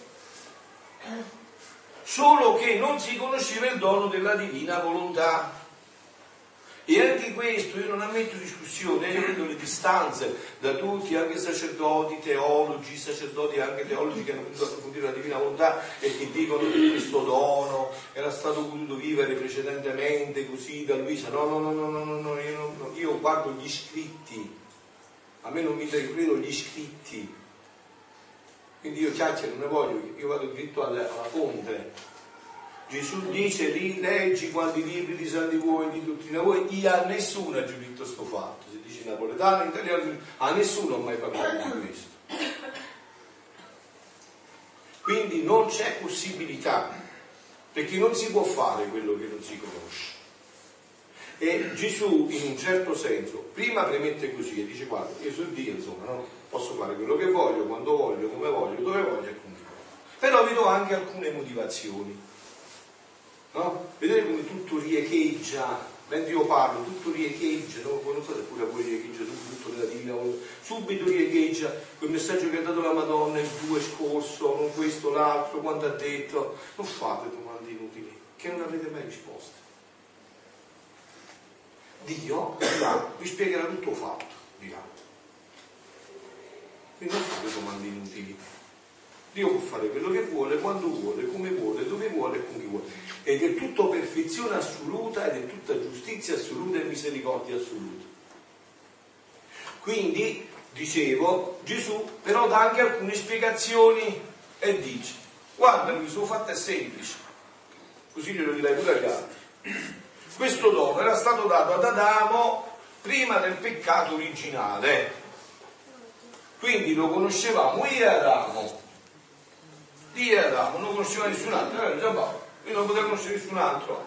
Solo che non si conosceva il dono della divina volontà. E anche questo io non ammetto discussione, io vedo le distanze da tutti, anche sacerdoti, teologi, sacerdoti anche teologi che hanno venuto a approfondire la divina volontà e che dicono che questo dono era stato potuto vivere precedentemente così da Luisa. No, no, no, no, no, no, no, io, non, io guardo gli scritti, a me non mi credo gli scritti, quindi io chiacchiere non ne voglio, io vado dritto alla, alla fonte. Gesù dice, lì leggi quanti libri di santi voi, di dottrina voi, io a nessuno ha giudito sto fatto, si dice in napoletano, in italiano, a nessuno ho mai parlato di questo. Quindi non c'è possibilità, perché non si può fare quello che non si conosce. E Gesù, in un certo senso, prima premette così e dice, guarda, io sono Dio, insomma, no? Posso fare quello che voglio, quando voglio, come voglio, dove voglio e come voglio. Però vi do anche alcune motivazioni. No? Vedete come tutto riecheggia, mentre io parlo, tutto riecheggia, no? Voi non so se pure a voi riecheggia tutto nella divina volontà, subito riecheggia quel messaggio che ha dato la Madonna, il due scorso, non questo, l'altro, quando ha detto, non fate domande inutili, che non avete mai risposte. Dio là, vi spiegherà tutto fatto, di là. Quindi non fate domande inutili. Dio può fare quello che vuole, quando vuole, come vuole, dove vuole e con chi vuole. Ed è tutto perfezione assoluta ed è tutta giustizia assoluta e misericordia assoluta. Quindi, dicevo, Gesù però dà anche alcune spiegazioni e dice, guarda, mi sono fatte semplici, così glielo direi pure agli altri. Questo dono era stato dato ad Adamo prima del peccato originale. Quindi lo conoscevamo io e Adamo. Dio e Adamo, non conosceva nessun altro, era già Paolo. io non potrei conoscere nessun altro.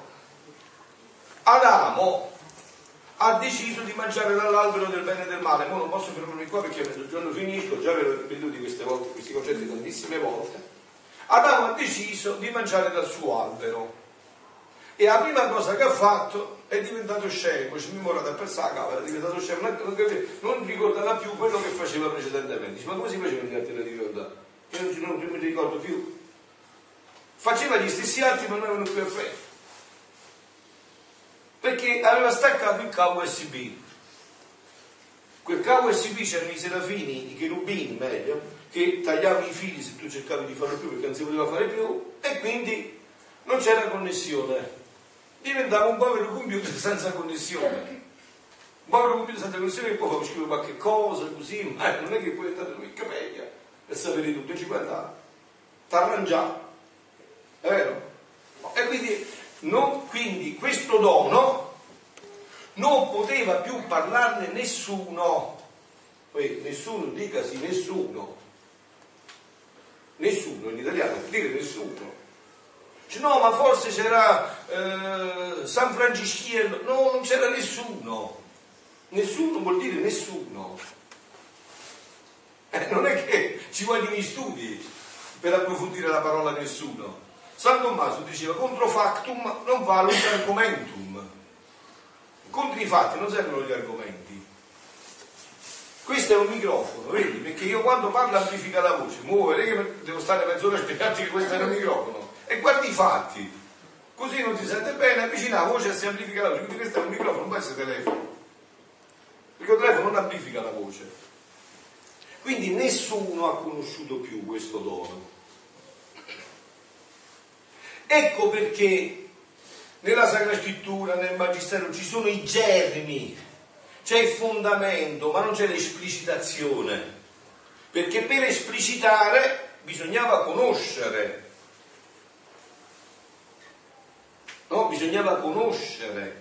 Adamo ha deciso di mangiare dall'albero del bene e del male. Ora non posso fermarmi qua perché a mezzogiorno finisco, già ve l'ho ripetuti queste volte, questi concetti tantissime volte. Adamo ha deciso di mangiare dal suo albero e la prima cosa che ha fatto è diventato scemo, ci mi da pensare, cavolo, è diventato scemo, non, non ricordava più quello che faceva precedentemente. Dice, ma come si faceva a te a ricordare? Io non, non, non mi ricordo più. Faceva gli stessi atti ma non avevano più effetto, perché aveva staccato il cavo U S B. Quel cavo U S B c'erano i serafini, i cherubini meglio, che tagliavano i fili se tu cercavi di farlo più perché non si poteva fare più, e quindi non c'era connessione. Diventava un povero computer senza connessione. Un povero computer senza connessione che poi fa scrivere qualche cosa così, ma non è che puoi andare in Wikipedia per sapere tutto, cinquanta anni. T'arrangiato. È vero? E quindi, non, quindi questo dono non poteva più parlarne nessuno. Poi nessuno, dicasi nessuno. Nessuno, in italiano vuol dire nessuno. Cioè, no, ma forse c'era eh, San Francischiello. No, non c'era nessuno. Nessuno vuol dire nessuno. Eh, non è che ci vogliono gli studi per approfondire la parola nessuno. San Tommaso diceva contro factum non valuta argumentum. Contro i fatti non servono gli argomenti. Questo è un microfono, vedi? Perché io quando parlo amplifica la voce. Muovere che devo stare mezz'ora a spiegarti che questo è un microfono. E guardi i fatti. Così non si sente bene, avvicina la voce e si amplifica la voce. Quindi questo è un microfono, non può essere telefono. Perché il telefono non amplifica la voce. Quindi nessuno ha conosciuto più questo dono. Ecco perché nella Sacra Scrittura, nel Magistero, ci sono i germi, c'è il fondamento, ma non c'è l'esplicitazione. Perché per esplicitare bisognava conoscere. No? Bisognava conoscere.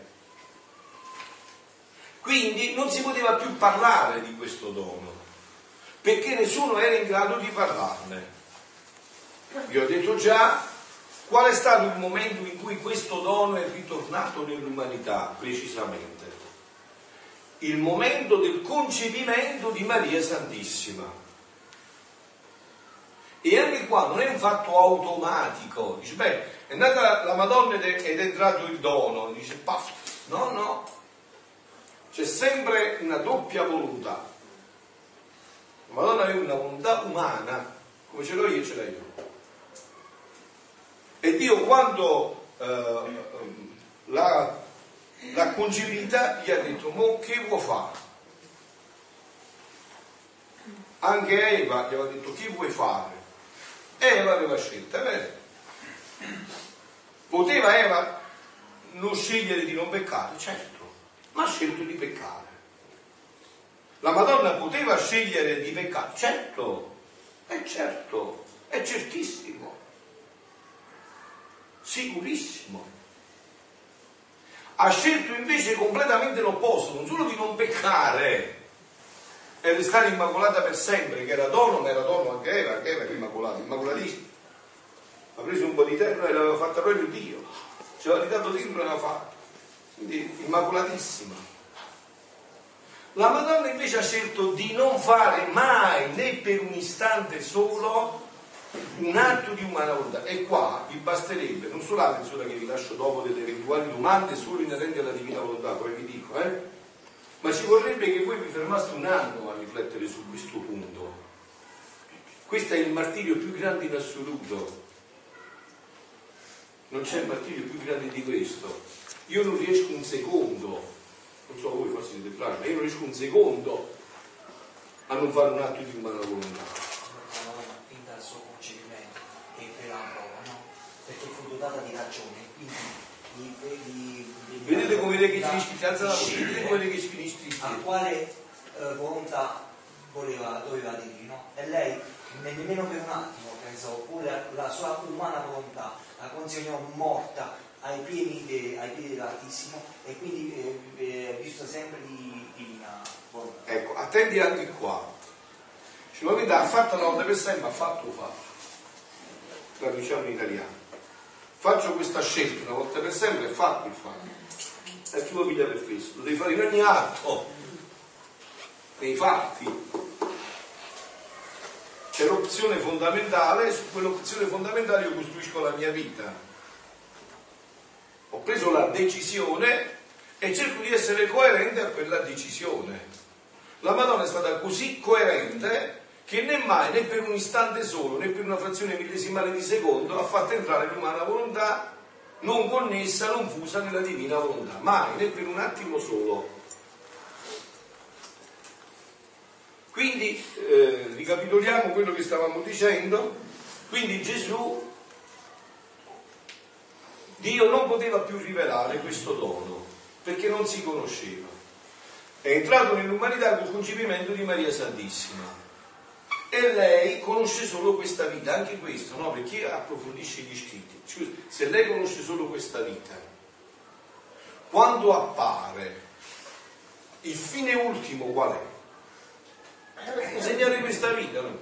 Quindi non si poteva più parlare di questo dono, perché nessuno era in grado di parlarne. Vi ho detto già qual è stato il momento in cui questo dono è ritornato nell'umanità, precisamente. Il momento del concepimento di Maria Santissima. E anche qua non è un fatto automatico. Dice, beh, è nata la Madonna ed è entrato il dono. Dice, paf, no, no. C'è sempre una doppia volontà. La Madonna è una volontà umana, come ce l'ho io e ce l'hai tu. E Dio quando eh, l'ha, l'ha concepita gli ha detto, mo che vuoi fare? Anche Eva gli aveva detto, che vuoi fare? Eva aveva scelta, è vero? Poteva Eva non scegliere di non peccare? Certo, ma ha scelto di peccare. La Madonna poteva scegliere di peccare? Certo, è certo, è certissimo. Sicurissimo. Ha scelto invece completamente l'opposto, non solo di non peccare e restare immacolata per sempre, che era dono, ma era dono anche Eva, che era immacolata, immacolatissima. Ha preso un po' di terra e l'aveva fatta proprio Dio, ci aveva dato Dio e l'aveva fatta, quindi immacolatissima. La Madonna invece ha scelto di non fare mai, né per un istante solo, un atto di umana volontà. E qua vi basterebbe, non solo la mezz'ora che vi lascio dopo delle eventuali domande solo inerenti alla divina volontà, poi vi dico, eh? Ma ci vorrebbe che voi vi fermaste un anno a riflettere su questo punto. Questo è il martirio più grande in assoluto. Non c'è martirio più grande di questo. Io non riesco un secondo, non so voi forse siete bravi, ma io non riesco un secondo a non fare un atto di umana volontà. Perché fu dotata di ragione, quindi i, i, i, vedete come lei che finisce, alza la voce, vedete come lei che finisce a quale eh, volontà voleva, doveva dirgli, no? E lei nemmeno per un attimo pensò, oppure la, la sua umana volontà la consegnò morta ai piedi, de, ai piedi dell'Altissimo, e quindi eh, eh, visto sempre di divina volontà. Ecco, attenti anche qua. Ci vuole ha fatto la volta per sempre, ha fatto o fatto. Traduciamo in italiano. faccio questa scelta una volta per sempre, è fatto il fatto. E chi lo piglia per questo? Lo devi fare in ogni atto, nei fatti. C'è l'opzione fondamentale, su quell'opzione fondamentale io costruisco la mia vita. Ho preso la decisione e cerco di essere coerente a quella decisione. La Madonna è stata così coerente che né mai, né per un istante solo, né per una frazione millesimale di secondo ha fatto entrare l'umana volontà non connessa, non fusa nella divina volontà. Mai, né per un attimo solo. Quindi, eh, ricapitoliamo quello che stavamo dicendo. Quindi Gesù, Dio non poteva più rivelare questo dono, perché non si conosceva. È entrato nell'umanità col concepimento di Maria Santissima. E lei conosce solo questa vita, anche questo, no? Perché approfondisce gli scritti. Cioè, se lei conosce solo questa vita, quando appare, il fine ultimo qual è? Insegnare questa vita, no?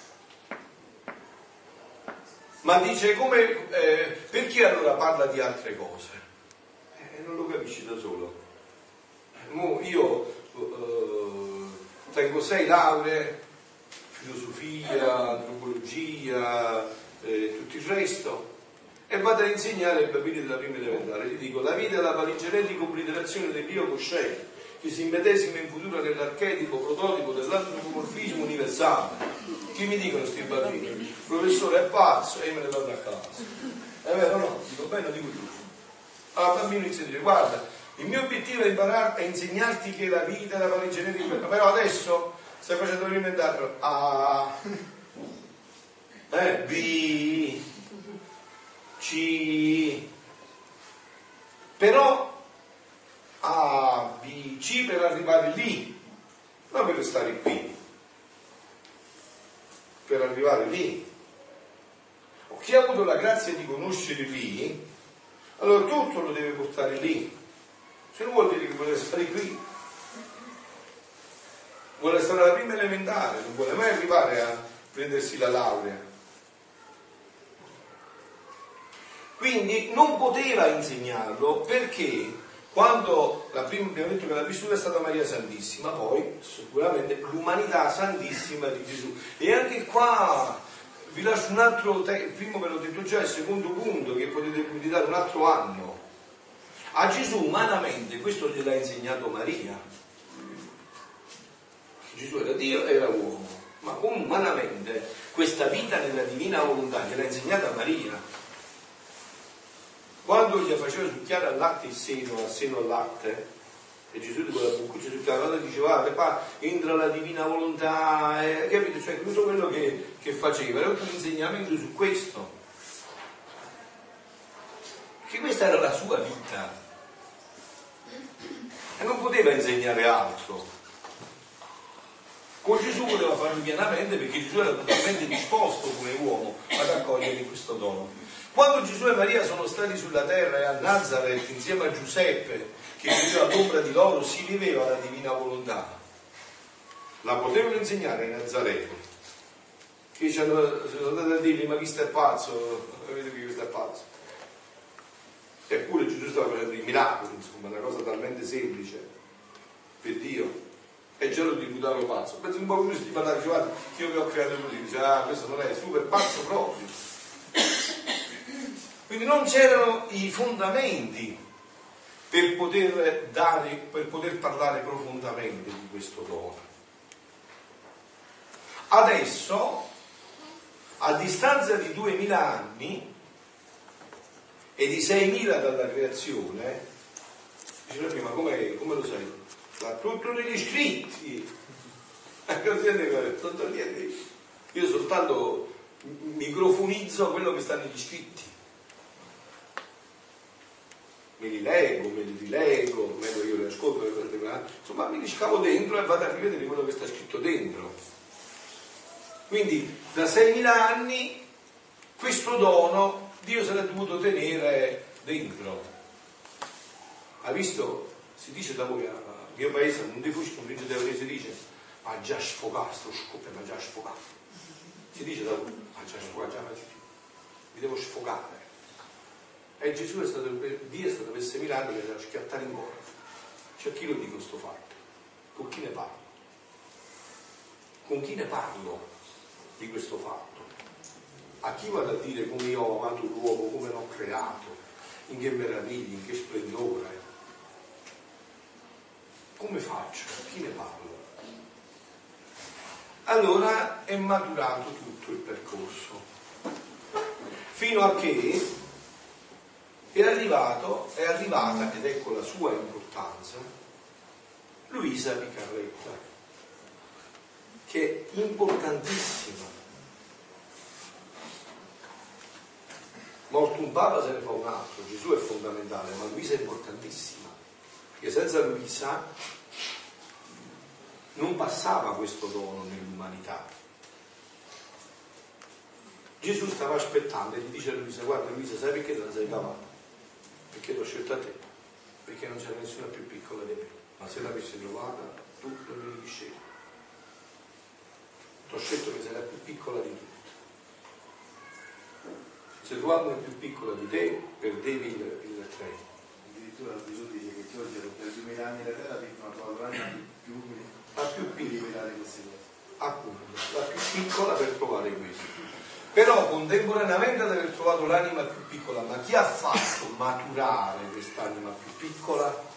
Ma dice come, eh, perché allora parla di altre cose? Eh, non lo capisci da solo. Mo io eh, tengo sei lauree, filosofia, antropologia, eh, tutto il resto, e vado a insegnare ai bambini della prima elementare. Gli dico: la vita è la paligenetica obliterazione dell'io cosciente che si immedesima in futuro nell'archetipo prototipo dell'antropomorfismo universale. Chi mi dicono sti bambini? Il professore è pazzo e io me ne vado a casa. È vero o no? Dico bene, dico giusto. Allora il bambino inizia a dire: guarda, il mio obiettivo è imparare a insegnarti che la vita è la paligenetica, però adesso stai facendo alimentare A, eh, B, C, però A, B, C per arrivare lì, non per stare qui, per arrivare lì. Chi ha avuto la grazia di conoscere lì, allora tutto lo deve portare lì. Se non vuol dire che vuole stare qui, vuole stare alla prima elementare, non vuole mai arrivare a prendersi la laurea. Quindi non poteva insegnarlo, perché quando la prima, abbiamo detto che la vissuta è stata Maria Santissima, poi sicuramente l'umanità santissima di Gesù. E anche qua vi lascio un altro, te- il primo ve l'ho detto già, il secondo punto che potete meditare un altro anno. A Gesù umanamente questo gliel'ha insegnato Maria. Gesù era Dio e era uomo, ma umanamente questa vita nella divina volontà gliel'ha insegnata Maria. Quando gli faceva succhiare al latte il seno, al seno al latte, e Gesù con la boccuccia succhiava, allora diceva: ah, qua entra la divina volontà, eh, capito? Cioè tutto quello che, che faceva era un insegnamento su questo, perché questa era la sua vita e non poteva insegnare altro. Con Gesù poteva farlo pienamente, perché Gesù era totalmente disposto come uomo ad accogliere questo dono. Quando Gesù e Maria sono stati sulla terra e a Nazareth insieme a Giuseppe, che viveva all'ombra di loro, si viveva la divina volontà. La potevano insegnare ai Nazareti, che ci hanno, sono andati a dirgli: ma chi sta è pazzo? Vedete che questo è pazzo? Eppure Gesù stava facendo i miracoli, insomma, una cosa talmente semplice per Dio. E già lo reputavano pazzo. Penso un po' come si parlava, dice: guarda, io che ho creato così, dice: ah, questo non è super pazzo proprio. Quindi non c'erano i fondamenti per poter dare, per poter parlare profondamente di questo dono. Adesso, a distanza di duemila anni e di seimila dalla creazione, diceva prima: come, come lo sai? Ma tutto negli scritti. Io soltanto microfonizzo quello che sta negli scritti, me li leggo, me li rileggo, meglio io li ascolto, insomma mi li scavo dentro e vado a rivedere quello che sta scritto dentro. Quindi da seimila anni questo dono Dio se l'è dovuto tenere dentro. Ha visto? Si dice da voi a mio paese, non ti fusci, un principe si dice: ma già sfogato, sto scoppio, ma già sfogato. Si dice da voi: ma già sfogato, già mi devo sfogare. E Gesù è stato, Dio è stato per seimila anni che era schiattare in cuore. Cioè, chi lo dico sto fatto? Con chi ne parlo? Con chi ne parlo di questo fatto? A chi vado a dire come io ho amato l'uomo, come l'ho creato, in che meraviglia, in che splendore? Come faccio? A chi ne parlo? Allora è maturato tutto il percorso, fino a che è arrivato, è arrivata, ed ecco la sua importanza, Luisa Picarretta, che è importantissima. Morto un papa se ne fa un altro, Gesù è fondamentale, ma Luisa è importantissima, perché senza Luisa non passava questo dono nell'umanità. Gesù stava aspettando e gli dice a Luisa: guarda Luisa, sai perché non sei cavata? Perché l'ho scelta a te, perché non c'era nessuna più piccola di me, ma se l'avessi trovata tu non mi devi scegliere. Ti ho scelto che sei la più piccola di tutte. Se trovavo una più piccola di te, perdevi il, il treno. Addirittura Gesù dice che Giorgio per duemila anni la terra ha trovato l'anima più umile, la più piccola, queste cose. appunto, la più piccola per trovare questo. Però contemporaneamente ad aver trovato l'anima più piccola, ma chi ha fatto maturare quest'anima più piccola?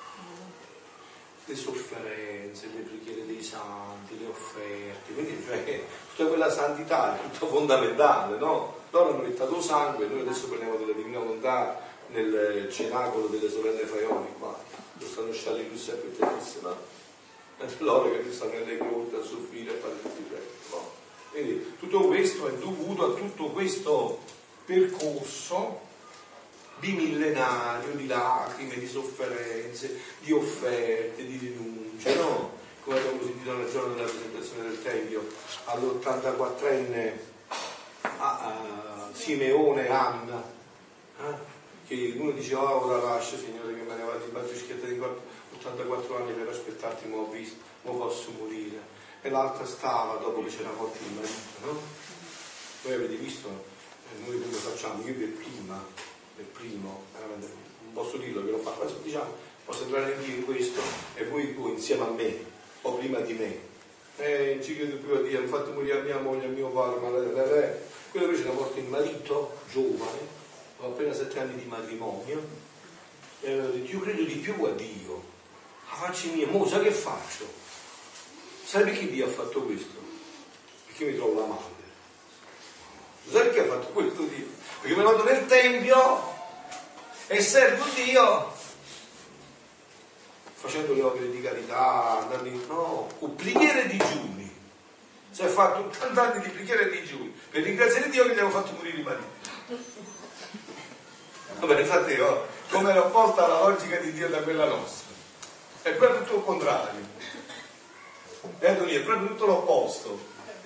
Le sofferenze, le preghiere dei santi, le offerte, quindi cioè, tutta quella santità è tutto fondamentale, no? Loro hanno gettato sangue, noi adesso parliamo della Divina Volontà nel cenacolo delle sorelle Fraioli qua, lo stanno scialli Giuseppe e Teresa, no? Loro che stanno nelle grotte a soffrire e fare tutti i preti, no? Quindi tutto questo è dovuto a tutto questo percorso di millenario, di lacrime, di sofferenze, di offerte, di rinunce, no? Come abbiamo sentito nel giorno della presentazione del Tempio, all'ottantaquattrenne a, a Simeone Anna, eh? Che uno diceva: oh, ora lascia Signore che me ne vado in battischietta di ottantaquattro anni per aspettarti, ma ho visto, ma posso morire. E l'altra stava dopo che c'era morto il marito, no? Voi avete visto, eh, noi come facciamo? Io per prima, per primo, veramente, non posso dirlo che lo fa, ma diciamo, posso entrare anch'io in questo e voi, voi insieme a me, o prima di me. Eh, ci credo più a Dio, hanno fatto morire a mia moglie, a mio padre, ma le, le, le. Quello invece era morto il marito, giovane, ho appena sette anni di matrimonio, e avevo detto: io credo di più a Dio, la faccia mia, mo sai che faccio? Sai perché Dio ha fatto questo? Perché mi trovo la madre. Sai perché ha fatto questo Dio? Perché mi vado nel Tempio e servo Dio facendo le opere di carità, andando in... no, con preghiere e digiuni. Si è fatto ottanta anni di preghiere e digiuni per ringraziare Dio che gli avevo fatto morire i mariti. Vabbè, infatti, oh, come era opposta la logica di Dio da quella nostra. È proprio tutto il contrario. È proprio tutto l'opposto.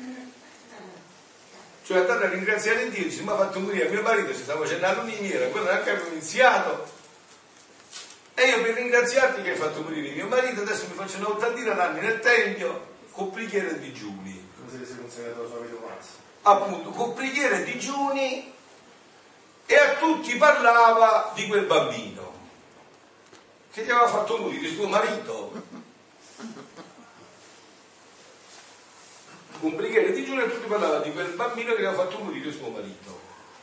Cioè andare a ringraziare Dio, dice: mi ha fatto morire mio marito, si stava facendo la luminiera, quello neanche avevo iniziato, e io per ringraziarti che hai fatto morire mio marito adesso mi faccio una ottantina d'anni nel Tempio con preghiere e digiuni. Come se avesse consegnato la sua vita umana. Appunto, con preghiere e digiuni, e a tutti parlava di quel bambino che ti aveva fatto morire suo marito. Con preghiere di giorno e tutti parlavano di quel bambino che aveva fatto morire suo marito.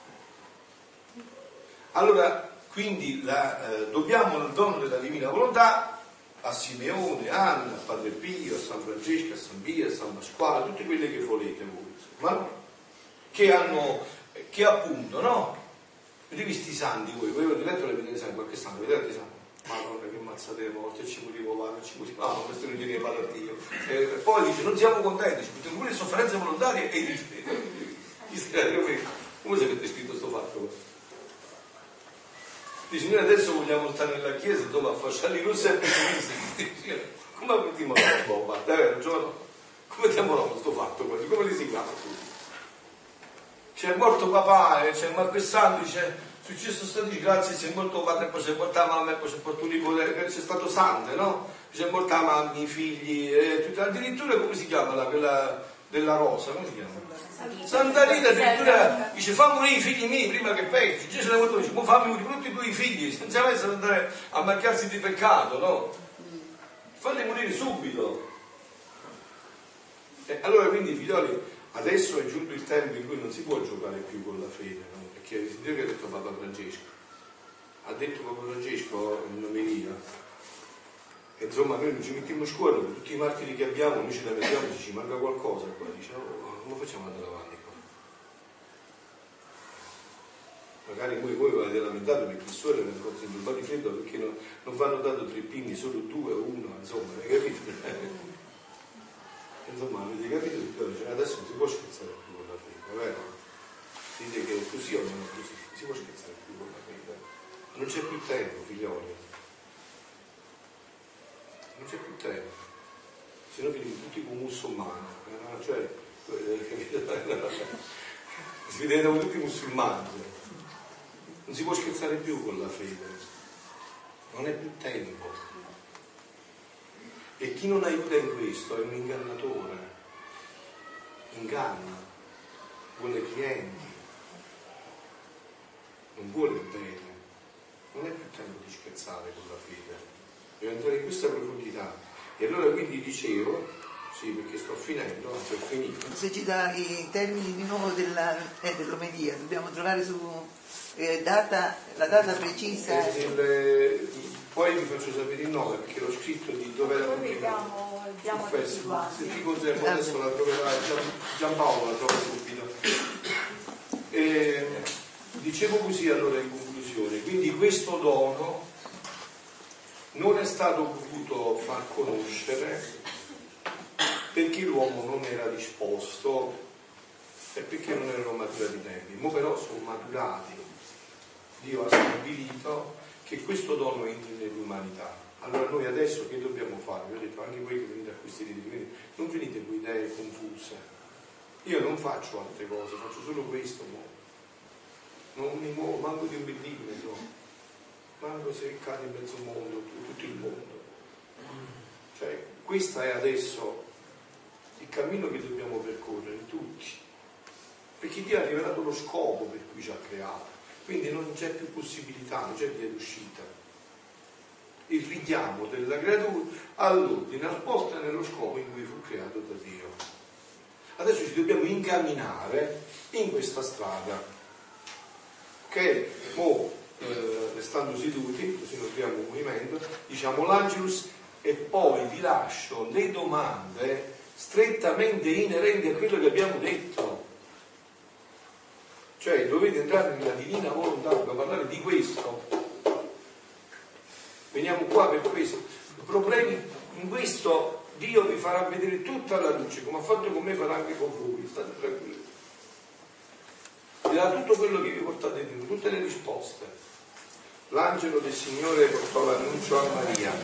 Allora, quindi la, eh, dobbiamo il dono della Divina Volontà a Simeone, a Anna, a Padre Pio, a San Francesco, a San Pio, a San Pasquale, tutte quelle che volete voi, ma che hanno, che appunto, no? Avete visto i santi voi? Voi avete letto le vite dei santi, qualche santo, vedete i santi? Madonna che mazzate le morte, ci morivo va, non ci morivo, ah, no, questo non gliene parla a Dio. E poi dice: non siamo contenti, ci mettono pure le sofferenze volontarie, e dice: come sapete scritto sto fatto? Dice: noi adesso vogliamo stare nella chiesa dove affasciare i rossi e i come avete morto Boba? Come ti è morto questo fatto? Come li si chiama? C'è morto papà, c'è morto il santo, dice: successo sta di grazie, si è morto padre, poi si è morta mamma, e poi si è portato un nipote, c'è stato santo, no? Si è morta mamma, i figli, e tutto, addirittura come si chiama la, quella della rosa, come si chiama? Santa Rita addirittura dice fa morire i figli miei prima che pecchi. Gesù ne dice ma fammi morire tutti i tuoi figli senza mai andare a macchiarsi di peccato, no? Falli morire subito. E allora quindi figlioli, adesso è giunto il tempo in cui non si può giocare più con la fede, no? Perché Dio che ha detto Papa Francesco, ha detto Papa Francesco in omelia, e insomma noi non ci mettiamo a scuola, tutti i martiri che abbiamo noi ce la mettiamo, ci manca qualcosa qua, diciamo, oh, come facciamo ad andare avanti qua? Magari voi, voi avete lamentato perché il sole nel corso di un po' di freddo perché non, non vanno dato tre pinni, solo due o uno, insomma, avete capito? Insomma, avete capito? Cioè, adesso non si può scherzare più con la fede, vero? Dite che è così o non è così, non si può scherzare più con la fede. Non c'è più tempo, figlioli. Non c'è più tempo, se no finiamo tutti come musulmani, no? Cioè, si diventano tutti musulmani, non si può scherzare più con la fede, non è più tempo. E chi non aiuta in questo è un ingannatore, inganna, vuole clienti, non vuole il bene, non è più tempo di scherzare con la fede. Devo entrare in questa profondità. E allora quindi dicevo, sì perché sto finendo, anzi ho finito. Se ci dà i termini di nuovo della, eh, dell'omelia, dobbiamo trovare su eh, data, la data precisa. Eh, il, poi vi faccio sapere il nome perché l'ho scritto di dove era diamo tutti quanti. Se ti conservo adesso la troverà, Giampaolo la trova subito. E, dicevo così allora in conclusione, quindi questo dono non è stato voluto far conoscere perché l'uomo non era disposto e perché non erano maturati i tempi. Mo però sono maturati. Dio ha stabilito che questo dono entri nell'umanità. Allora noi adesso che dobbiamo fare? Vi ho detto anche voi che venite a questi riti, non venite con idee confuse. Io non faccio altre cose, faccio solo questo. Mo. Non mi muovo manco di un millimetro. Manco se cade in mezzo mondo, tutto il mondo. Cioè, questo è adesso il cammino che dobbiamo percorrere tutti. Perché Dio ha rivelato lo scopo per cui ci ha creato. Quindi non c'è più possibilità, non c'è via d'uscita. Il richiamo della creatura all'ordine, al posto e nello scopo in cui fu creato da Dio. Adesso ci dobbiamo incamminare in questa strada. Ok? Mo, Eh, restando seduti, così non abbiamo un movimento, diciamo l'Angelus e poi vi lascio le domande strettamente inerenti a quello che abbiamo detto. Cioè dovete entrare nella divina volontà per parlare di questo. Veniamo qua per questo. Problemi in questo Dio vi farà vedere tutta la luce, come ha fatto con me farà anche con voi, state tranquilli. Vi darà tutto quello che vi portate dentro, tutte le risposte. L'angelo del Signore portò l'annuncio a Maria.